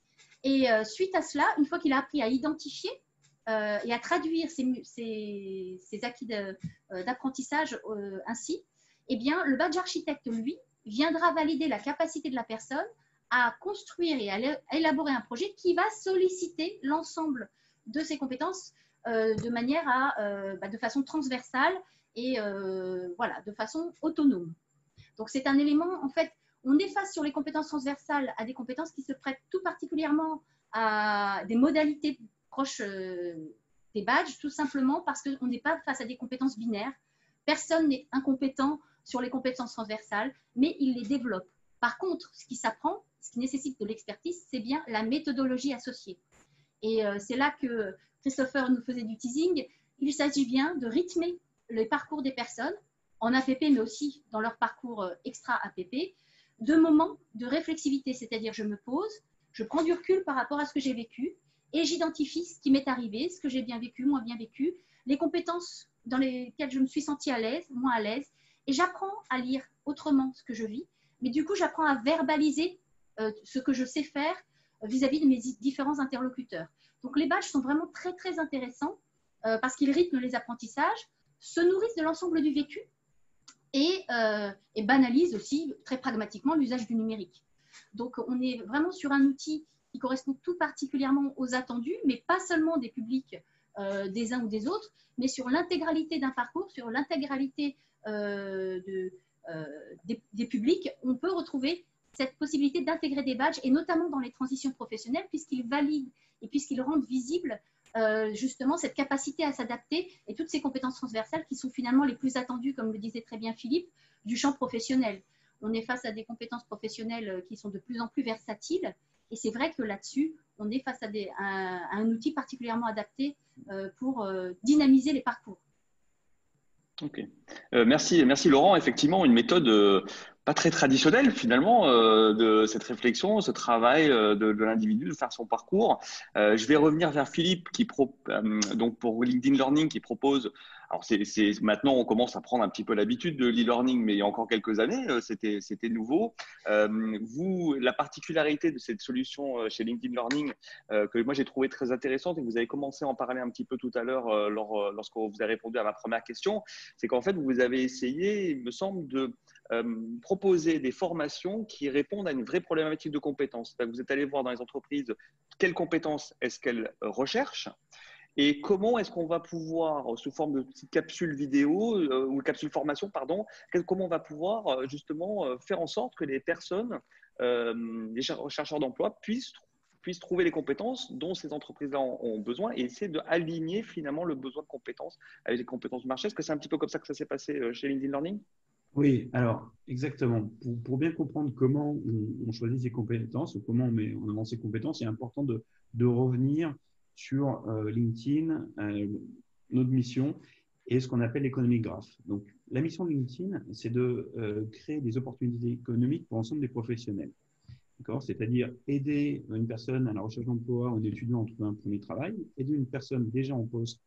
Et euh, suite à cela, une fois qu'il a appris à identifier euh, et à traduire ses, ses, ses acquis d'apprentissage euh, ainsi, eh bien, le badge architecte, lui, viendra valider la capacité de la personne à construire et à élaborer un projet qui va solliciter l'ensemble de ses compétences euh, de manière à, euh, bah, de façon transversale et euh, voilà, de façon autonome. Donc, c'est un élément, en fait, on est face sur les compétences transversales à des compétences qui se prêtent tout particulièrement à des modalités proches euh, des badges, tout simplement parce qu'on n'est pas face à des compétences binaires. Personne n'est incompétent sur les compétences transversales, mais il les développe. Par contre, ce qui s'apprend, ce qui nécessite de l'expertise, c'est bien la méthodologie associée. Et euh, c'est là que Christopher nous faisait du teasing. Il s'agit bien de rythmer le parcours des personnes, en A P P, mais aussi dans leur parcours extra-A P P, de moments de réflexivité, c'est-à-dire je me pose, je prends du recul par rapport à ce que j'ai vécu et j'identifie ce qui m'est arrivé, ce que j'ai bien vécu, moins bien vécu, les compétences dans lesquelles je me suis sentie à l'aise, moins à l'aise, et j'apprends à lire autrement ce que je vis, mais du coup j'apprends à verbaliser euh, ce que je sais faire vis-à-vis de mes différents interlocuteurs. Donc les badges sont vraiment très très intéressants euh, parce qu'ils rythment les apprentissages, se nourrissent de l'ensemble du vécu, et, euh, et banalise aussi très pragmatiquement l'usage du numérique. Donc, on est vraiment sur un outil qui correspond tout particulièrement aux attendus, mais pas seulement des publics euh, des uns ou des autres, mais sur l'intégralité d'un parcours, sur l'intégralité euh, de, euh, des, des publics. On peut retrouver cette possibilité d'intégrer des badges, et notamment dans les transitions professionnelles, puisqu'ils valident et puisqu'ils rendent visible Euh, justement cette capacité à s'adapter et toutes ces compétences transversales qui sont finalement les plus attendues, comme le disait très bien Philippe, du champ professionnel. On est face à des compétences professionnelles qui sont de plus en plus versatiles, et c'est vrai que là-dessus, on est face à, des, à, à un outil particulièrement adapté euh, pour euh, dynamiser les parcours. Ok, euh, merci, merci Laurent. Effectivement, une méthode euh, pas très traditionnelle finalement euh, de cette réflexion, ce travail euh, de, de l'individu, de faire son parcours. Euh, je vais revenir vers Philippe qui pro, euh, donc pour LinkedIn Learning qui propose. Alors c'est, c'est maintenant on commence à prendre un petit peu l'habitude de l'e-learning, mais il y a encore quelques années euh, c'était c'était nouveau. Euh, vous, la particularité de cette solution euh, chez LinkedIn Learning euh, que moi j'ai trouvé très intéressante et que vous avez commencé à en parler un petit peu tout à l'heure euh, lors, lorsqu'on vous a répondu à ma première question, c'est qu'en fait, vous avez essayé, il me semble, de euh, proposer des formations qui répondent à une vraie problématique de compétences. Vous êtes allé voir dans les entreprises quelles compétences est-ce qu'elles recherchent et comment est-ce qu'on va pouvoir, sous forme de petites capsules vidéo euh, ou capsules formation, pardon, comment on va pouvoir justement faire en sorte que les personnes, euh, les chercheurs d'emploi puissent puisse trouver les compétences dont ces entreprises-là ont, ont besoin et essayer d'aligner finalement le besoin de compétences avec les compétences du marché. Est-ce que c'est un petit peu comme ça que ça s'est passé chez LinkedIn Learning? Oui, alors exactement. Pour, pour bien comprendre comment on, on choisit ses compétences ou comment on met en avant ses compétences, il est important de, de revenir sur euh, LinkedIn, euh, notre mission et ce qu'on appelle l'économie graph. Donc, la mission de LinkedIn, c'est de euh, créer des opportunités économiques pour l'ensemble des professionnels. C'est-à-dire aider une personne à la recherche d'emploi ou un étudiant à trouver un premier travail, aider une personne déjà en poste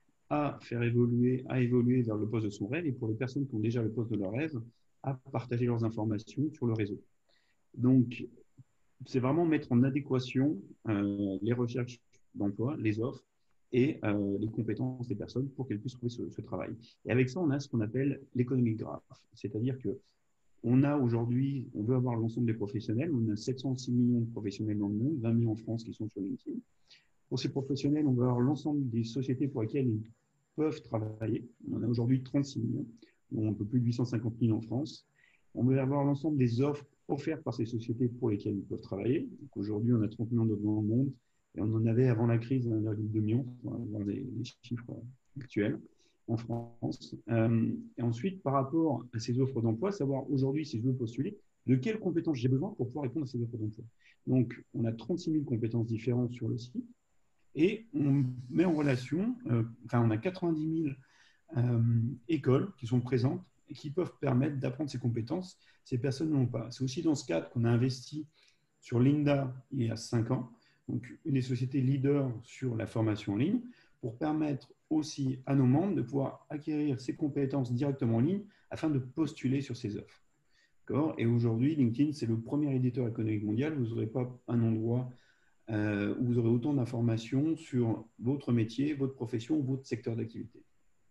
à faire évoluer, à évoluer vers le poste de son rêve, et pour les personnes qui ont déjà le poste de leur rêve, à partager leurs informations sur le réseau. Donc, c'est vraiment mettre en adéquation euh, les recherches d'emploi, les offres et euh, les compétences des personnes pour qu'elles puissent trouver ce, ce travail. Et avec ça, on a ce qu'on appelle l'économie graph, c'est-à-dire que on a aujourd'hui, on veut avoir l'ensemble des professionnels, on a sept cent six millions de professionnels dans le monde, vingt millions en France qui sont sur LinkedIn. Pour ces professionnels, on veut avoir l'ensemble des sociétés pour lesquelles ils peuvent travailler. On en a aujourd'hui trente-six millions, dont un peu plus de huit cent cinquante mille en France. On veut avoir l'ensemble des offres offertes par ces sociétés pour lesquelles ils peuvent travailler. Donc aujourd'hui, on a trente millions d'offres dans le monde et on en avait avant la crise un virgule deux million, dans les, les chiffres actuels en France. Euh, et ensuite, par rapport à ces offres d'emploi, savoir aujourd'hui si je veux postuler, de quelles compétences j'ai besoin pour pouvoir répondre à ces offres d'emploi. Donc, on a trente-six mille compétences différentes sur le site et on met en relation, euh, enfin, on a quatre-vingt-dix mille euh, écoles qui sont présentes et qui peuvent permettre d'apprendre ces compétences. Ces personnes n'ont pas. C'est aussi dans ce cadre qu'on a investi sur Lynda il y a cinq ans, donc une des sociétés leaders sur la formation en ligne, pour permettre aussi à nos membres de pouvoir acquérir ces compétences directement en ligne afin de postuler sur ces offres. Et aujourd'hui, LinkedIn, c'est le premier éditeur économique mondial. Vous n'aurez pas un endroit euh, où vous aurez autant d'informations sur votre métier, votre profession, votre secteur d'activité.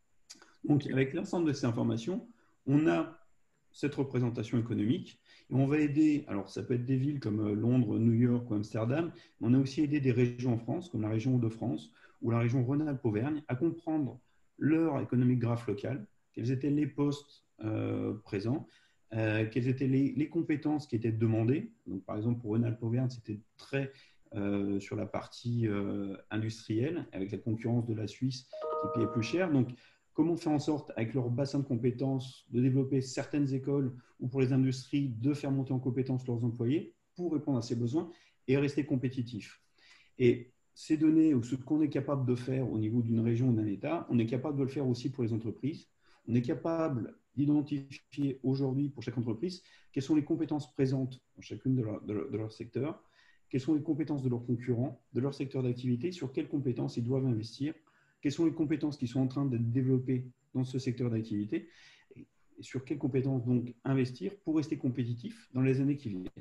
Donc, avec l'ensemble de ces informations, on a cette représentation économique et on va aider, alors ça peut être des villes comme Londres, New York ou Amsterdam, mais on a aussi aidé des régions en France, comme la région Hauts-de-France ou la région Rhône-Alpes-Auvergne, à comprendre leur économique graph locale, quels étaient les postes euh, présents, euh, quelles étaient les, les compétences qui étaient demandées. Donc, par exemple, pour Rhône-Alpes-Auvergne, c'était très euh, sur la partie euh, industrielle, avec la concurrence de la Suisse qui payait plus cher. Donc, comment faire en sorte, avec leur bassin de compétences, de développer certaines écoles ou pour les industries, de faire monter en compétences leurs employés pour répondre à ces besoins et rester compétitifs. Et ces données, ou ce qu'on est capable de faire au niveau d'une région ou d'un État, on est capable de le faire aussi pour les entreprises. On est capable d'identifier aujourd'hui pour chaque entreprise quelles sont les compétences présentes dans chacune de leur, de leur, de leur secteur, quelles sont les compétences de leurs concurrents, de leur secteur d'activité, sur quelles compétences ils doivent investir, quelles sont les compétences qui sont en train d'être développées dans ce secteur d'activité et sur quelles compétences donc investir pour rester compétitif dans les années qui viennent.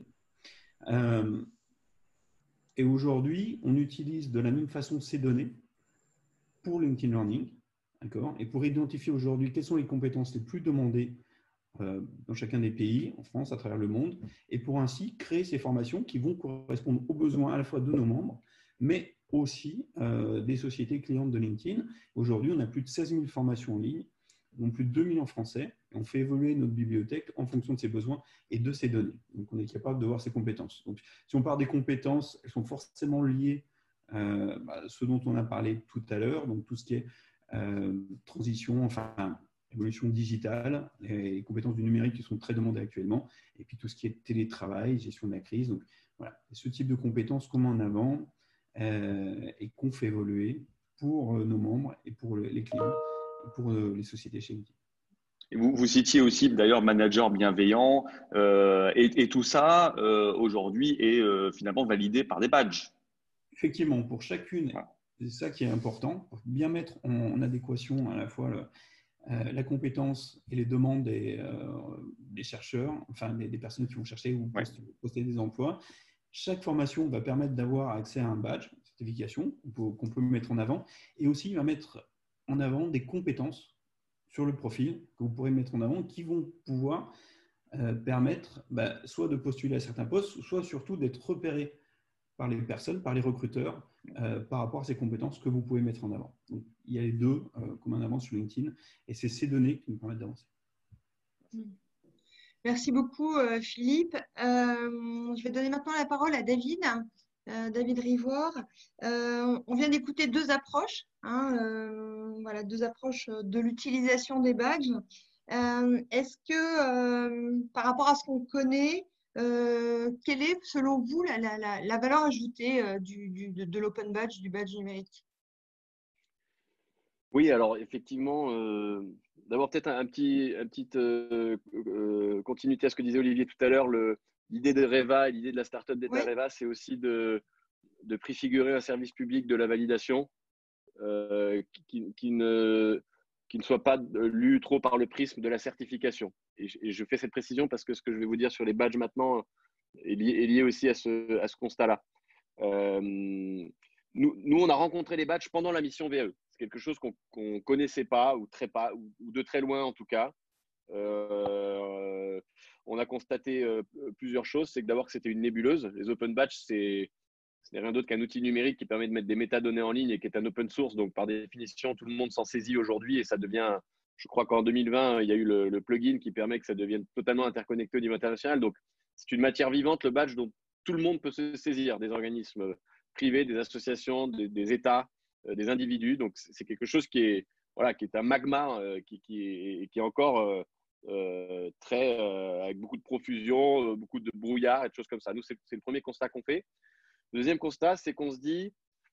Euh, et aujourd'hui, on utilise de la même façon ces données pour LinkedIn Learning, d'accord, et pour identifier aujourd'hui quelles sont les compétences les plus demandées euh, dans chacun des pays, en France, à travers le monde, et pour ainsi créer ces formations qui vont correspondre aux besoins à la fois de nos membres, mais aussi euh, des sociétés clientes de LinkedIn. Aujourd'hui, on a plus de seize mille formations en ligne, dont plus de deux mille en français. Et on fait évoluer notre bibliothèque en fonction de ses besoins et de ses données. Donc, on est capable de voir ses compétences. Donc, si on parle des compétences, elles sont forcément liées euh, bah, à ce dont on a parlé tout à l'heure, donc tout ce qui est euh, transition, enfin, évolution digitale, les compétences du numérique qui sont très demandées actuellement, et puis tout ce qui est télétravail, gestion de la crise. Donc, voilà, ce type de compétences qu'on met en avant Euh, et qu'on fait évoluer pour euh, nos membres et pour le, les clients et pour euh, les sociétés chez LinkedIn. Et vous, vous citiez aussi d'ailleurs manager bienveillant euh, et, et tout ça euh, aujourd'hui est euh, finalement validé par des badges. Effectivement, pour chacune, voilà. C'est ça qui est important, pour bien mettre en, en adéquation à la fois le, euh, la compétence et les demandes des, euh, des chercheurs, enfin des, des personnes qui vont chercher ou ouais. poster, poster des emplois. Chaque formation va permettre d'avoir accès à un badge, une certification qu'on peut mettre en avant, et aussi il va mettre en avant des compétences sur le profil que vous pourrez mettre en avant qui vont pouvoir euh, permettre bah, soit de postuler à certains postes, soit surtout d'être repéré par les personnes, par les recruteurs, euh, par rapport à ces compétences que vous pouvez mettre en avant. Donc, il y a les deux euh, comme en avance sur LinkedIn, et c'est ces données qui nous permettent d'avancer. Merci beaucoup, Philippe. Euh, je vais donner maintenant la parole à David. euh, David Rivoire. Euh, on vient d'écouter deux approches, hein, euh, voilà, deux approches de l'utilisation des badges. Euh, Est-ce que, euh, par rapport à ce qu'on connaît, euh, quelle est, selon vous, la, la, la, la valeur ajoutée euh, du, du, de, de l'open badge, du badge numérique? Oui, alors effectivement, euh, d'abord peut-être un, un petit, un petit euh, euh, continuité à ce que disait Olivier tout à l'heure. L'idée de Reva et l'idée de la startup d'État Oui. Reva, c'est aussi de, de préfigurer un service public de la validation euh, qui, qui, ne, qui ne soit pas lu trop par le prisme de la certification. Et je, et je fais cette précision parce que ce que je vais vous dire sur les badges maintenant est lié, est lié aussi à ce, à ce constat-là. Euh, nous, nous, on a rencontré les badges pendant la mission V A E. C'est quelque chose qu'on ne connaissait pas ou, très pas, ou, ou de très loin en tout cas. Euh, on a constaté euh, plusieurs choses. C'est que d'abord que c'était une nébuleuse. Les open badges, c'est ce n'est rien d'autre qu'un outil numérique qui permet de mettre des métadonnées en ligne et qui est un open source. Donc, par définition, tout le monde s'en saisit aujourd'hui et ça devient, je crois qu'en deux mille vingt, il y a eu le, le plugin qui permet que ça devienne totalement interconnecté au niveau international. Donc, c'est une matière vivante, le badge, dont tout le monde peut se saisir, des organismes privés, des associations, des, des États, euh, des individus. Donc, c'est quelque chose qui est, voilà, qui est un magma euh, qui, qui, est, qui est encore euh, euh, très, euh, avec beaucoup de profusion, euh, beaucoup de brouillard et de choses comme ça. Nous, c'est le premier constat qu'on fait. Le deuxième constat, c'est qu'on se dit,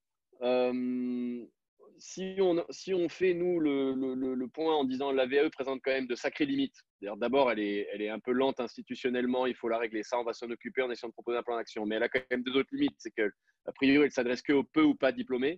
euh, si, on, si on fait, nous, le, le, le point en disant la V A E présente quand même de sacrées limites. D'abord, elle est, elle est un peu lente institutionnellement, il faut la régler. Ça, on va s'en occuper en essayant de proposer un plan d'action. Mais elle a quand même deux autres limites. C'est qu'à priori, elle s'adresse que aux peu ou pas diplômés.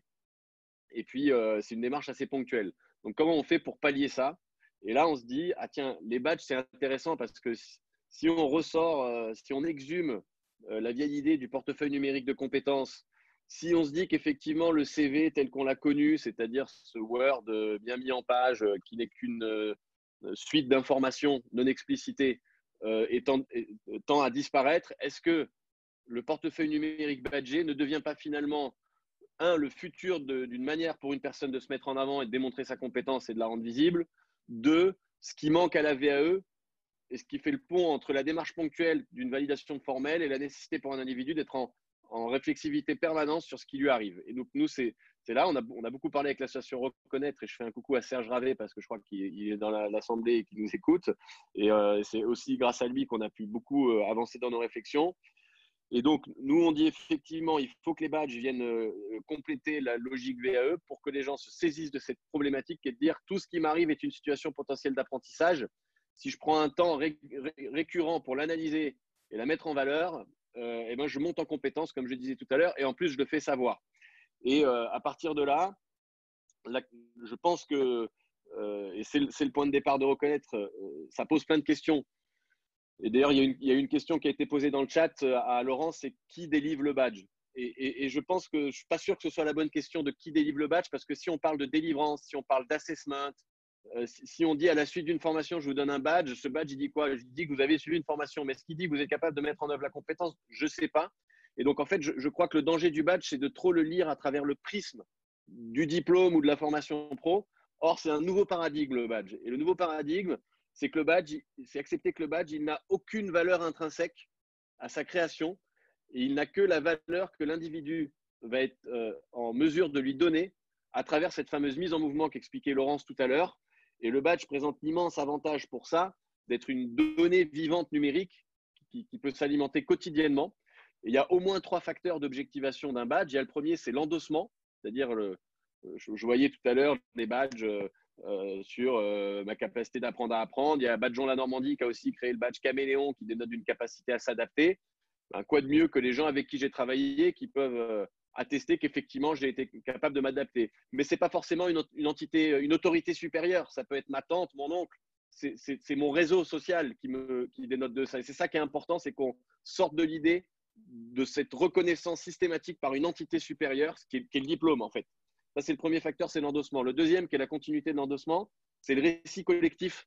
Et puis, euh, c'est une démarche assez ponctuelle. Donc, comment on fait pour pallier ça? Et là, on se dit, ah tiens, les badges, c'est intéressant parce que si, si on ressort, euh, si on exhume euh, la vieille idée du portefeuille numérique de compétences, si on se dit qu'effectivement, le C V tel qu'on l'a connu, c'est-à-dire ce Word euh, bien mis en page, euh, qui n'est qu'une euh, suite d'informations non explicitées, euh, et tend, et, tend à disparaître, est-ce que le portefeuille numérique badgé ne devient pas finalement un, le futur d'une manière pour une personne de se mettre en avant et de démontrer sa compétence et de la rendre visible. Deux, ce qui manque à la V A E et ce qui fait le pont entre la démarche ponctuelle d'une validation formelle et la nécessité pour un individu d'être en, en réflexivité permanente sur ce qui lui arrive. Et donc, nous, c'est là, on a, on a beaucoup parlé avec l'association Reconnaître et je fais un coucou à Serge Ravet parce que je crois qu'il est dans l'Assemblée la, et qu'il nous écoute. Et euh, c'est aussi grâce à lui qu'on a pu beaucoup euh, avancer dans nos réflexions. Et donc, nous, on dit effectivement, il faut que les badges viennent euh, compléter la logique V A E pour que les gens se saisissent de cette problématique et de dire tout ce qui m'arrive est une situation potentielle d'apprentissage. Si je prends un temps ré ré récurrent pour l'analyser et la mettre en valeur, euh, et ben, je monte en compétence, comme je disais tout à l'heure, et en plus, je le fais savoir. Et euh, à partir de là, là je pense que, euh, et c'est le, le point de départ de Reconnaître, euh, ça pose plein de questions. Et d'ailleurs, il, il y a une question qui a été posée dans le chat à Laurent, c'est qui délivre le badge? et, et, et je pense que je ne suis pas sûr que ce soit la bonne question de qui délivre le badge, parce que si on parle de délivrance, si on parle d'assessment, euh, si, si on dit à la suite d'une formation, je vous donne un badge, ce badge, il dit quoi? Il dit que vous avez suivi une formation, mais est-ce qu'il dit que vous êtes capable de mettre en œuvre la compétence? Je ne sais pas. Et donc, en fait, je, je crois que le danger du badge, c'est de trop le lire à travers le prisme du diplôme ou de la formation pro. Or, c'est un nouveau paradigme, le badge. Et le nouveau paradigme, c'est que le badge, c'est accepter que le badge, il n'a aucune valeur intrinsèque à sa création et il n'a que la valeur que l'individu va être euh, en mesure de lui donner à travers cette fameuse mise en mouvement qu'expliquait Laurence tout à l'heure. Et le badge présente l'immense avantage pour ça d'être une donnée vivante numérique qui, qui peut s'alimenter quotidiennement. Et il y a au moins trois facteurs d'objectivation d'un badge. Il y a le premier, c'est l'endossement, c'est-à-dire, le, je, je voyais tout à l'heure des badges euh, Euh, sur euh, ma capacité d'apprendre à apprendre. Il y a Badgeon La Normandie qui a aussi créé le badge Caméléon qui dénote d'une capacité à s'adapter. Ben, quoi de mieux que les gens avec qui j'ai travaillé qui peuvent euh, attester qu'effectivement j'ai été capable de m'adapter. Mais ce n'est pas forcément une, une entité, une autorité supérieure. Ça peut être ma tante, mon oncle. C'est mon réseau social qui me qui dénote de ça. Et c'est ça qui est important, c'est qu'on sorte de l'idée de cette reconnaissance systématique par une entité supérieure, ce qui est, qui est le diplôme en fait. Ça, c'est le premier facteur, c'est l'endossement. Le deuxième, qui est la continuité de l'endossement, c'est le récit collectif.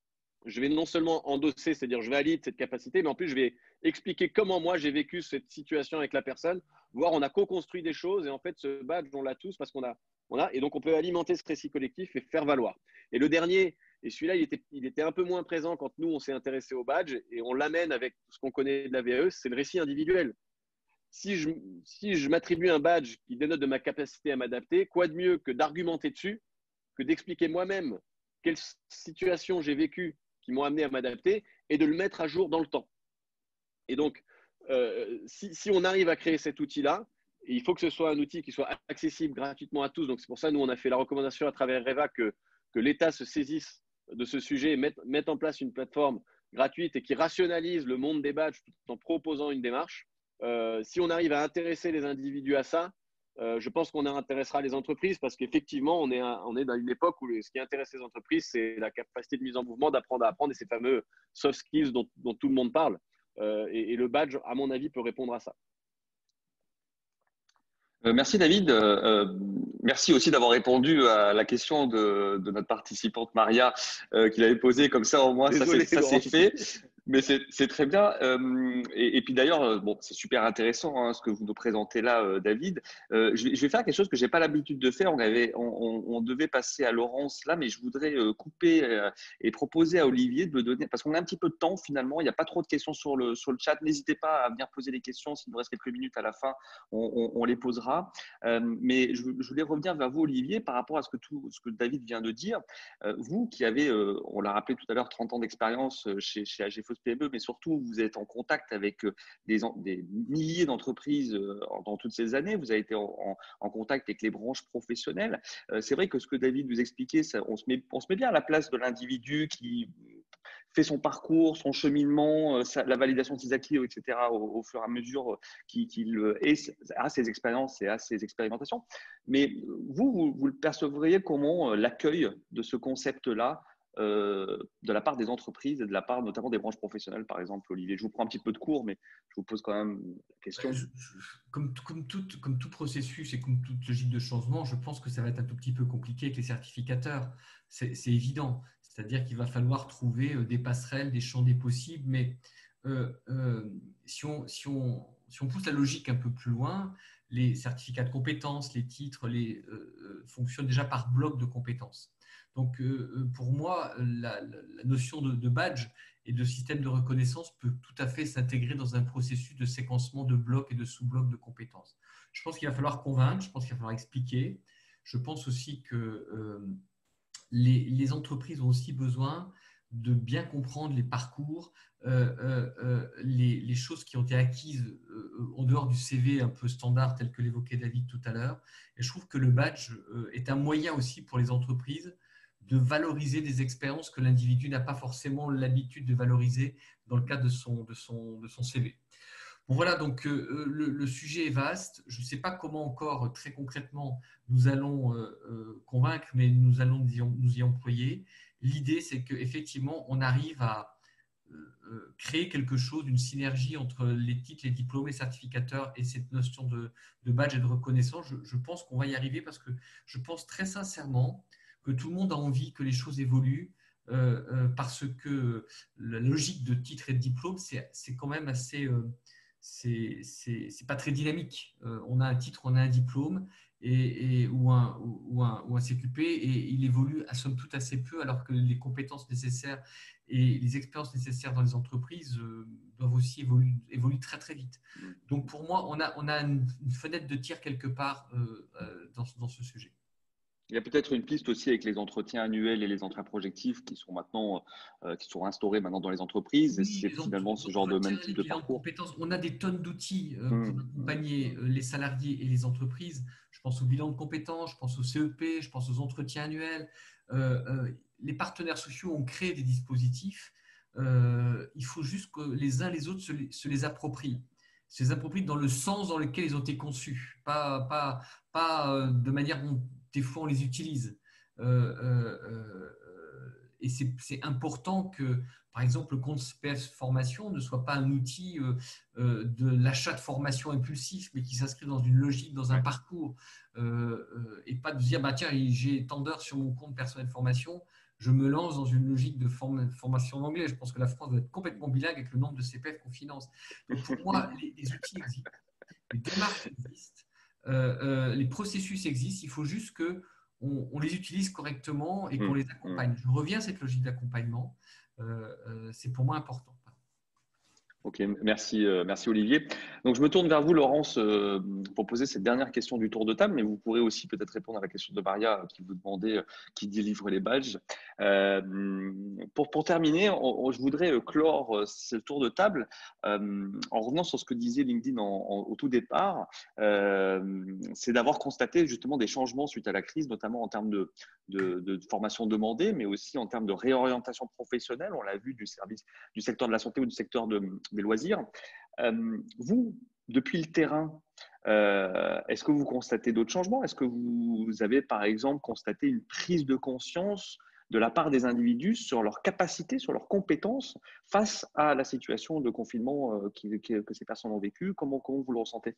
Je vais non seulement endosser, c'est-à-dire je valide cette capacité, mais en plus, je vais expliquer comment moi, j'ai vécu cette situation avec la personne, voire on a co-construit des choses et en fait, ce badge, on l'a tous parce qu'on a, on a, et donc on peut alimenter ce récit collectif et faire valoir. Et le dernier, et celui-là, il était, il était un peu moins présent quand nous, on s'est intéressé au badge et on l'amène avec ce qu'on connaît de la V A E, c'est le récit individuel. si je, si je m'attribue un badge qui dénote de ma capacité à m'adapter, quoi de mieux que d'argumenter dessus, que d'expliquer moi-même quelles situations j'ai vécues qui m'ont amené à m'adapter et de le mettre à jour dans le temps. Et donc, euh, si, si on arrive à créer cet outil-là, il faut que ce soit un outil qui soit accessible gratuitement à tous. Donc, c'est pour ça que nous, on a fait la recommandation à travers Reva que, que l'État se saisisse de ce sujet et mette, mette en place une plateforme gratuite et qui rationalise le monde des badges tout en proposant une démarche. Euh, si on arrive à intéresser les individus à ça, euh, je pense qu'on intéressera les entreprises parce qu'effectivement, on est, un, on est dans une époque où ce qui intéresse les entreprises, c'est la capacité de mise en mouvement, d'apprendre à apprendre et ces fameux soft skills dont, dont tout le monde parle. Euh, et, et le badge, à mon avis, peut répondre à ça. Euh, merci David. Euh, merci aussi d'avoir répondu à la question de, de notre participante Maria euh, qu'il avait posée. Comme ça, au moins, Désolé, ça c'est fait. Mais c'est très bien. Euh, et, et puis d'ailleurs, bon, c'est super intéressant hein, ce que vous nous présentez là, euh, David. Euh, je, je vais faire quelque chose que j'ai pas l'habitude de faire. On, avait, on, on, on devait passer à Laurence là, mais je voudrais euh, couper euh, et proposer à Olivier de me donner, parce qu'on a un petit peu de temps finalement. Il n'y a pas trop de questions sur le, sur le chat. N'hésitez pas à venir poser des questions. S'il nous reste quelques minutes à la fin, on, on, on les posera. Euh, mais je, je voulais revenir vers vous, Olivier, par rapport à ce que, tout, ce que David vient de dire. Euh, vous qui avez, euh, on l'a rappelé tout à l'heure, trente ans d'expérience chez, chez A G F O S P M E, mais surtout, vous êtes en contact avec des, des milliers d'entreprises dans toutes ces années. Vous avez été en, en, en contact avec les branches professionnelles. Euh, c'est vrai que ce que David vous expliquait, ça, on, se met, on se met bien à la place de l'individu qui fait son parcours, son cheminement, sa, la validation de ses acquis, et cetera, au, au fur et à mesure qu'il qu'il a ses expériences et a ses expérimentations. Mais vous, vous, vous le percevriez comment l'accueil de ce concept-là euh, de la part des entreprises et de la part notamment des branches professionnelles, par exemple, Olivier? Je vous prends un petit peu de cours, mais je vous pose quand même la question. Je, je, comme, comme, tout, comme tout processus et comme toute logique de changement, je pense que ça va être un tout petit peu compliqué avec les certificateurs. C'est évident. C'est-à-dire qu'il va falloir trouver des passerelles, des champs des possibles, mais euh, euh, si, on, si, on, si on pousse la logique un peu plus loin, les certificats de compétences, les titres les, euh, fonctionnent déjà par bloc de compétences. Donc, euh, pour moi, la, la notion de, de badge et de système de reconnaissance peut tout à fait s'intégrer dans un processus de séquencement de blocs et de sous-blocs de compétences. Je pense qu'il va falloir convaincre, je pense qu'il va falloir expliquer. Je pense aussi que euh, les, les entreprises ont aussi besoin de bien comprendre les parcours, euh, euh, euh, les, les choses qui ont été acquises euh, en dehors du C V un peu standard tel que l'évoquait David tout à l'heure. Et je trouve que le badge euh, est un moyen aussi pour les entreprises de valoriser des expériences que l'individu n'a pas forcément l'habitude de valoriser dans le cadre de son, de son, de son C V. Bon, voilà, donc euh, le, le sujet est vaste. Je ne sais pas comment encore très concrètement nous allons euh, euh, convaincre, mais nous allons nous y, nous y employer. L'idée, c'est qu'effectivement, on arrive à euh, créer quelque chose, une synergie entre les titres, les diplômes, les certificateurs et cette notion de, de badge et de reconnaissance. Je, je pense qu'on va y arriver parce que je pense très sincèrement que tout le monde a envie que les choses évoluent euh, euh, parce que la logique de titre et de diplôme, c'est quand même assez… Euh, c'est pas très dynamique. Euh, on a un titre, on a un diplôme et, et, ou, un, ou, un, ou un C Q P et il évolue à somme toute assez peu alors que les compétences nécessaires et les expériences nécessaires dans les entreprises euh, doivent aussi évoluer, évoluer très très vite. Donc pour moi, on a, on a une, une fenêtre de tir quelque part euh, euh, dans, dans ce sujet. Il y a peut-être une piste aussi avec les entretiens annuels et les entretiens projectifs qui sont maintenant euh, qui sont instaurés maintenant dans les entreprises. Oui, c'est finalement ce genre de même type de parcours. De on a des tonnes d'outils euh, mmh. pour accompagner les salariés et les entreprises. Je pense au bilan de compétences, je pense au C E P, je pense aux entretiens annuels. Euh, euh, les partenaires sociaux ont créé des dispositifs. Euh, il faut juste que les uns les autres se les, se les approprient. Se les approprient dans le sens dans lequel ils ont été conçus, pas, pas, pas de manière dont des fois on les utilise. Euh, euh, euh, et c'est important que, par exemple, le compte C P F formation ne soit pas un outil euh, euh, de l'achat de formation impulsif, mais qui s'inscrit dans une logique, dans un parcours, euh, euh, et pas de dire bah, tiens, j'ai tant d'heures sur mon compte personnel de formation, je me lance dans une logique de form formation en anglais. Je pense que la France doit être complètement bilingue avec le nombre de C P F qu'on finance. Donc pour moi, les, les outils existent, les démarches existent. Euh, euh, les processus existent, il faut juste qu'on on les utilise correctement et qu'on mmh, les accompagne. Mmh. Je reviens à cette logique d'accompagnement, euh, euh, c'est pour moi important. Ok, merci, euh, merci Olivier. Donc je me tourne vers vous, Laurence, euh, pour poser cette dernière question du tour de table, mais vous pourrez aussi peut-être répondre à la question de Maria euh, qui vous demandait euh, qui délivre les badges. Euh, pour, pour terminer, on, on, je voudrais clore euh, ce tour de table euh, en revenant sur ce que disait LinkedIn en, en, au tout départ. Euh, c'est d'avoir constaté justement des changements suite à la crise, notamment en termes de, de, de formation demandée, mais aussi en termes de réorientation professionnelle. On l'a vu du service, du secteur de la santé ou du secteur de des loisirs. Euh, vous, depuis le terrain, euh, est-ce que vous constatez d'autres changements? Est-ce que vous avez, par exemple, constaté une prise de conscience de la part des individus sur leur capacité, sur leurs compétences face à la situation de confinement euh, qui, qui, que ces personnes ont vécu? Comment, comment vous le ressentez?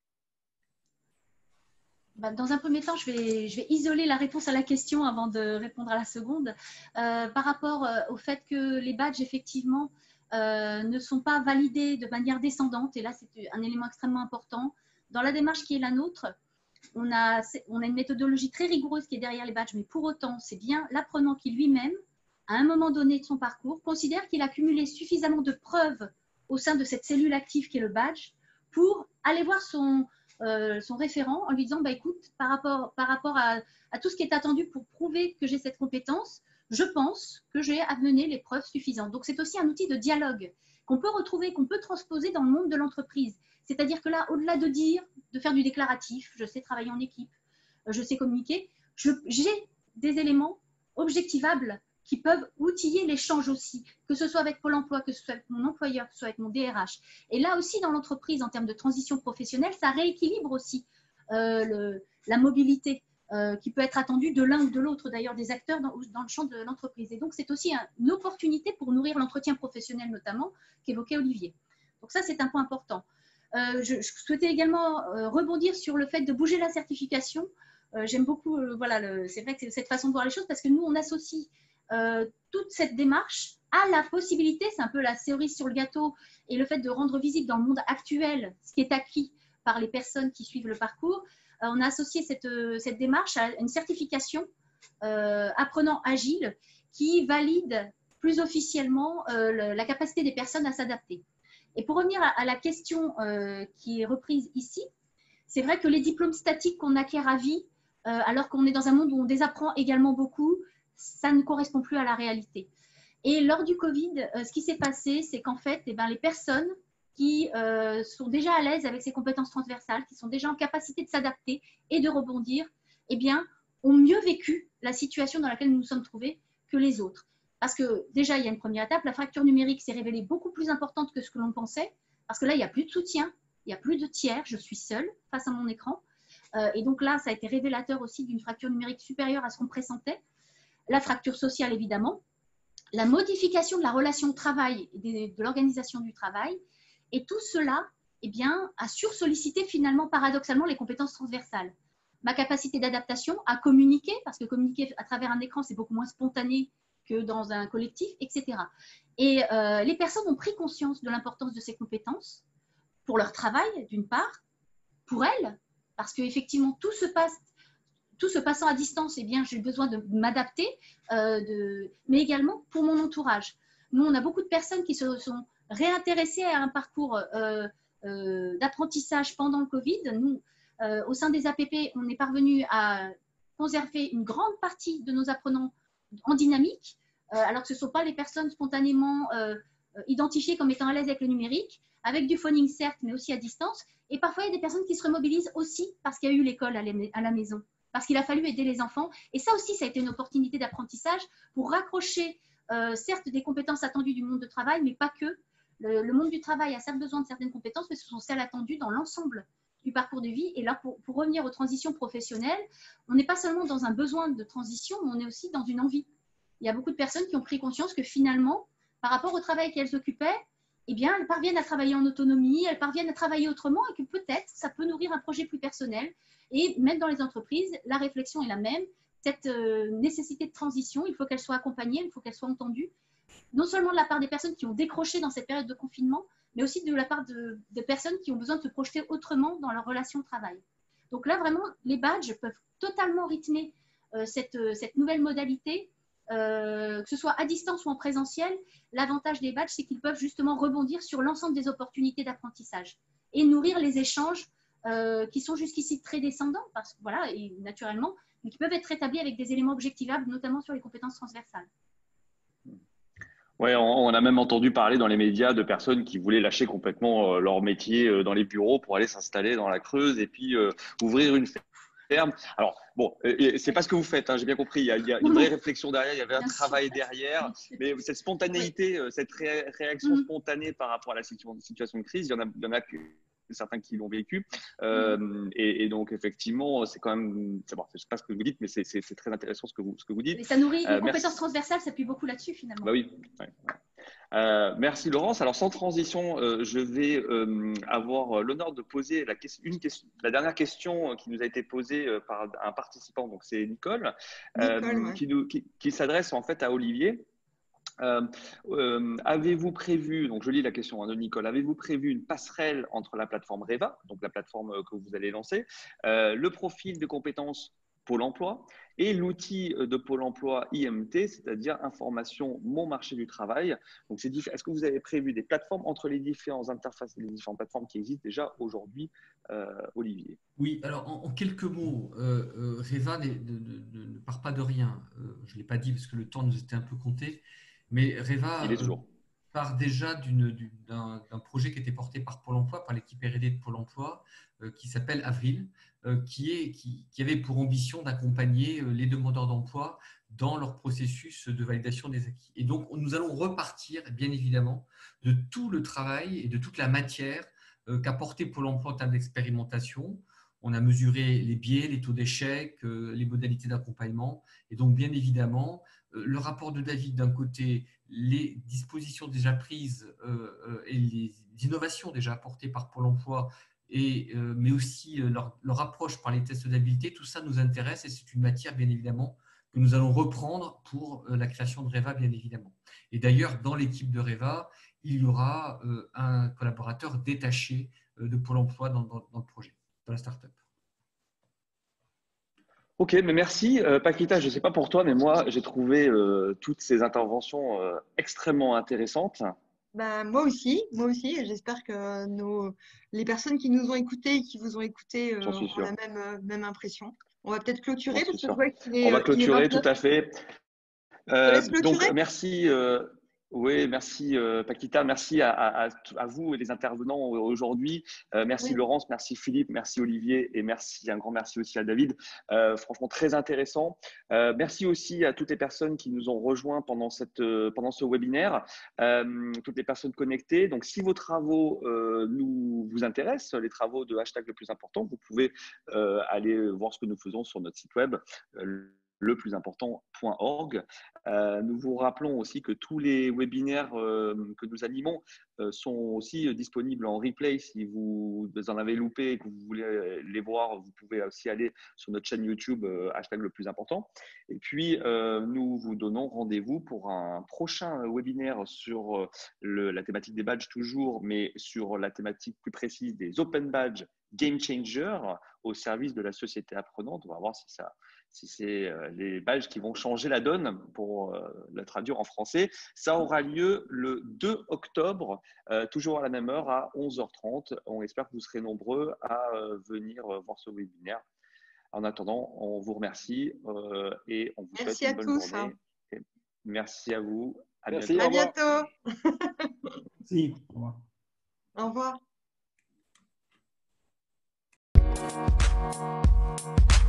Dans un premier temps, je vais, je vais isoler la réponse à la question avant de répondre à la seconde. Euh, par rapport au fait que les badges, effectivement, Euh, ne sont pas validés de manière descendante. Et là, c'est un élément extrêmement important. Dans la démarche qui est la nôtre, on a, on a une méthodologie très rigoureuse qui est derrière les badges, mais pour autant, c'est bien l'apprenant qui lui-même, à un moment donné de son parcours, considère qu'il a cumulé suffisamment de preuves au sein de cette cellule active qui est le badge pour aller voir son, euh, son référent en lui disant bah, écoute, par rapport, par rapport à, à tout ce qui est attendu pour prouver que j'ai cette compétence, je pense que j'ai amené les preuves suffisantes. Donc, c'est aussi un outil de dialogue qu'on peut retrouver, qu'on peut transposer dans le monde de l'entreprise. C'est-à-dire que là, au-delà de dire, de faire du déclaratif, je sais travailler en équipe, je sais communiquer, j'ai des éléments objectivables qui peuvent outiller l'échange aussi, que ce soit avec Pôle emploi, que ce soit avec mon employeur, que ce soit avec mon D R H. Et là aussi, dans l'entreprise, en termes de transition professionnelle, ça rééquilibre aussi euh, le, la mobilité. Euh, qui peut être attendu de l'un ou de l'autre d'ailleurs des acteurs dans, dans le champ de l'entreprise. Et donc, c'est aussi un, une opportunité pour nourrir l'entretien professionnel notamment, qu'évoquait Olivier. Donc ça, c'est un point important. Euh, je, je souhaitais également euh, rebondir sur le fait de bouger la certification. Euh, J'aime beaucoup, euh, voilà, c'est vrai que c'est cette façon de voir les choses parce que nous, on associe euh, toute cette démarche à la possibilité, c'est un peu la cerise sur le gâteau, et le fait de rendre visible dans le monde actuel ce qui est acquis par les personnes qui suivent le parcours. On a associé cette, cette démarche à une certification euh, apprenant agile qui valide plus officiellement euh, le, la capacité des personnes à s'adapter. Et pour revenir à, à la question euh, qui est reprise ici, c'est vrai que les diplômes statiques qu'on acquiert à vie, euh, alors qu'on est dans un monde où on désapprend également beaucoup, ça ne correspond plus à la réalité. Et lors du Covid, euh, ce qui s'est passé, c'est qu'en fait, eh ben, les personnes qui euh, sont déjà à l'aise avec ces compétences transversales, qui sont déjà en capacité de s'adapter et de rebondir, eh bien, ont mieux vécu la situation dans laquelle nous nous sommes trouvés que les autres. Parce que déjà, il y a une première étape, la fracture numérique s'est révélée beaucoup plus importante que ce que l'on pensait, parce que là, il n'y a plus de soutien, il n'y a plus de tiers, je suis seule face à mon écran. Euh, et donc là, ça a été révélateur aussi d'une fracture numérique supérieure à ce qu'on pressentait. La fracture sociale, évidemment. La modification de la relation de travail et de, de l'organisation du travail. Et tout cela eh bien, a sursollicité finalement paradoxalement les compétences transversales. Ma capacité d'adaptation à communiquer, parce que communiquer à travers un écran, c'est beaucoup moins spontané que dans un collectif, et cetera. Et euh, les personnes ont pris conscience de l'importance de ces compétences pour leur travail, d'une part, pour elles, parce qu'effectivement, tout se passe, tout se passant à distance, eh bien, j'ai besoin de m'adapter, euh, de... mais également pour mon entourage. Nous, on a beaucoup de personnes qui se sont réintéressées à un parcours euh, euh, d'apprentissage pendant le Covid. Nous, euh, au sein des A P P, on est parvenu à conserver une grande partie de nos apprenants en dynamique, euh, alors que ce ne sont pas les personnes spontanément euh, identifiées comme étant à l'aise avec le numérique, avec du phoning certes, mais aussi à distance. Et parfois, il y a des personnes qui se remobilisent aussi parce qu'il y a eu l'école à la maison, parce qu'il a fallu aider les enfants. Et ça aussi, ça a été une opportunité d'apprentissage pour raccrocher, euh, certes, des compétences attendues du monde du travail, mais pas que. Le, le monde du travail a certes besoin de certaines compétences, mais ce sont celles attendues dans l'ensemble du parcours de vie. Et là, pour, pour revenir aux transitions professionnelles, on n'est pas seulement dans un besoin de transition, mais on est aussi dans une envie. Il y a beaucoup de personnes qui ont pris conscience que finalement, par rapport au travail qu'elles occupaient, eh bien, elles parviennent à travailler en autonomie, elles parviennent à travailler autrement et que peut-être ça peut nourrir un projet plus personnel. Et même dans les entreprises, la réflexion est la même. Cette euh, nécessité de transition, il faut qu'elle soit accompagnée, il faut qu'elle soit entendue, non seulement de la part des personnes qui ont décroché dans cette période de confinement, mais aussi de la part de, de personnes qui ont besoin de se projeter autrement dans leur relation de travail. Donc là, vraiment, les badges peuvent totalement rythmer euh, cette, euh, cette nouvelle modalité euh, que ce soit à distance ou en présentiel, l'avantage des badges, c'est qu'ils peuvent justement rebondir sur l'ensemble des opportunités d'apprentissage et nourrir les échanges euh, qui sont jusqu'ici très descendants, parce que voilà, et naturellement, mais qui peuvent être établis avec des éléments objectivables, notamment sur les compétences transversales. Oui, on, on a même entendu parler dans les médias de personnes qui voulaient lâcher complètement euh, leur métier euh, dans les bureaux pour aller s'installer dans la Creuse et puis euh, ouvrir une ferme. Alors, bon, euh, c'est pas ce que vous faites, hein, j'ai bien compris. Il y, a, il y a une vraie réflexion derrière, il y avait un Bien travail sûr. derrière. Mais cette spontanéité, oui. cette ré réaction spontanée par rapport à la situ situation de crise, il y en a, il y en a que certains qui l'ont vécu. Euh, mmh. et, et donc, effectivement, c'est quand même, c'est bon, je sais pas ce que vous dites, mais c'est très intéressant ce que vous, ce que vous dites. Mais ça nourrit, euh, les compétences transversales s'appuient beaucoup là-dessus, finalement. Bah oui. Ouais, ouais. Euh, merci Laurence. Alors sans transition, euh, je vais euh, avoir l'honneur de poser la, question, une question, la dernière question qui nous a été posée euh, par un participant, donc c'est Nicole, Nicole euh, ouais. qui, nous, qui, qui s'adresse en fait à Olivier. Euh, euh, avez-vous prévu, donc je lis la question hein, de Nicole, avez-vous prévu une passerelle entre la plateforme Reva, donc la plateforme que vous allez lancer, euh, le profil de compétences Pôle emploi et l'outil de Pôle emploi I M T, c'est-à-dire information mon marché du travail. Donc, est-ce que vous avez prévu des plateformes entre les différentes interfaces et les différentes plateformes qui existent déjà aujourd'hui, euh, Olivier? Oui, alors en, en quelques mots, euh, euh, Reva ne, ne, ne, ne part pas de rien. Euh, je ne l'ai pas dit parce que le temps nous était un peu compté, mais Reva Il est toujours. Euh, part déjà d'un projet qui était porté par Pôle emploi, par l'équipe R et D de Pôle emploi, euh, qui s'appelle Avril, euh, qui, est, qui, qui avait pour ambition d'accompagner euh, les demandeurs d'emploi dans leur processus de validation des acquis. Et donc, nous allons repartir, bien évidemment, de tout le travail et de toute la matière euh, qu'a porté Pôle emploi en termes d'expérimentation. On a mesuré les biais, les taux d'échec, euh, les modalités d'accompagnement. Et donc, bien évidemment, euh, le rapport de David, d'un côté, les dispositions déjà prises euh, euh, et les innovations déjà apportées par Pôle emploi, et, euh, mais aussi euh, leur, leur approche par les tests d'habilité, tout ça nous intéresse et c'est une matière, bien évidemment, que nous allons reprendre pour euh, la création de Reva, bien évidemment. Et d'ailleurs, dans l'équipe de Reva, il y aura euh, un collaborateur détaché euh, de Pôle emploi dans, dans, dans le projet, dans la start-up. Ok, mais merci. Euh, Paquita, je ne sais pas pour toi, mais moi, j'ai trouvé euh, toutes ces interventions euh, extrêmement intéressantes. Ben, moi aussi, moi aussi. J'espère que nos, les personnes qui nous ont écoutés et qui vous ont écouté euh, ont la même, euh, même impression. On va peut-être clôturer parce que je vois qu'il est. On va clôturer, tout à fait. Euh, donc, merci. Euh, oui, merci euh, Paquita, merci à, à, à vous et les intervenants aujourd'hui. Euh, merci oui. Laurence, merci Philippe, merci Olivier et merci un grand merci aussi à David. Euh, franchement très intéressant. Euh, merci aussi à toutes les personnes qui nous ont rejoints pendant cette euh, pendant ce webinaire, euh, toutes les personnes connectées. Donc si vos travaux euh, nous vous intéressent, les travaux de hashtag le plus important, vous pouvez euh, aller voir ce que nous faisons sur notre site web. Euh, le plus important point org. Euh, nous vous rappelons aussi que tous les webinaires euh, que nous animons euh, sont aussi disponibles en replay. Si vous en avez loupé et que vous voulez les voir, vous pouvez aussi aller sur notre chaîne YouTube, euh, hashtag le plus important. Et puis, euh, nous vous donnons rendez-vous pour un prochain webinaire sur le, la thématique des badges toujours, mais sur la thématique plus précise des Open Badges Game Changer au service de la société apprenante. On va voir si ça si c'est les badges qui vont changer la donne pour euh, la traduire en français. Ça aura lieu le deux octobre, euh, toujours à la même heure, à onze heures trente. On espère que vous serez nombreux à euh, venir euh, voir ce webinaire. En attendant, on vous remercie euh, et on vous merci souhaite une bonne tous, journée. hein. Merci à vous. À merci, bientôt. À bientôt. Merci. Au revoir. Au revoir.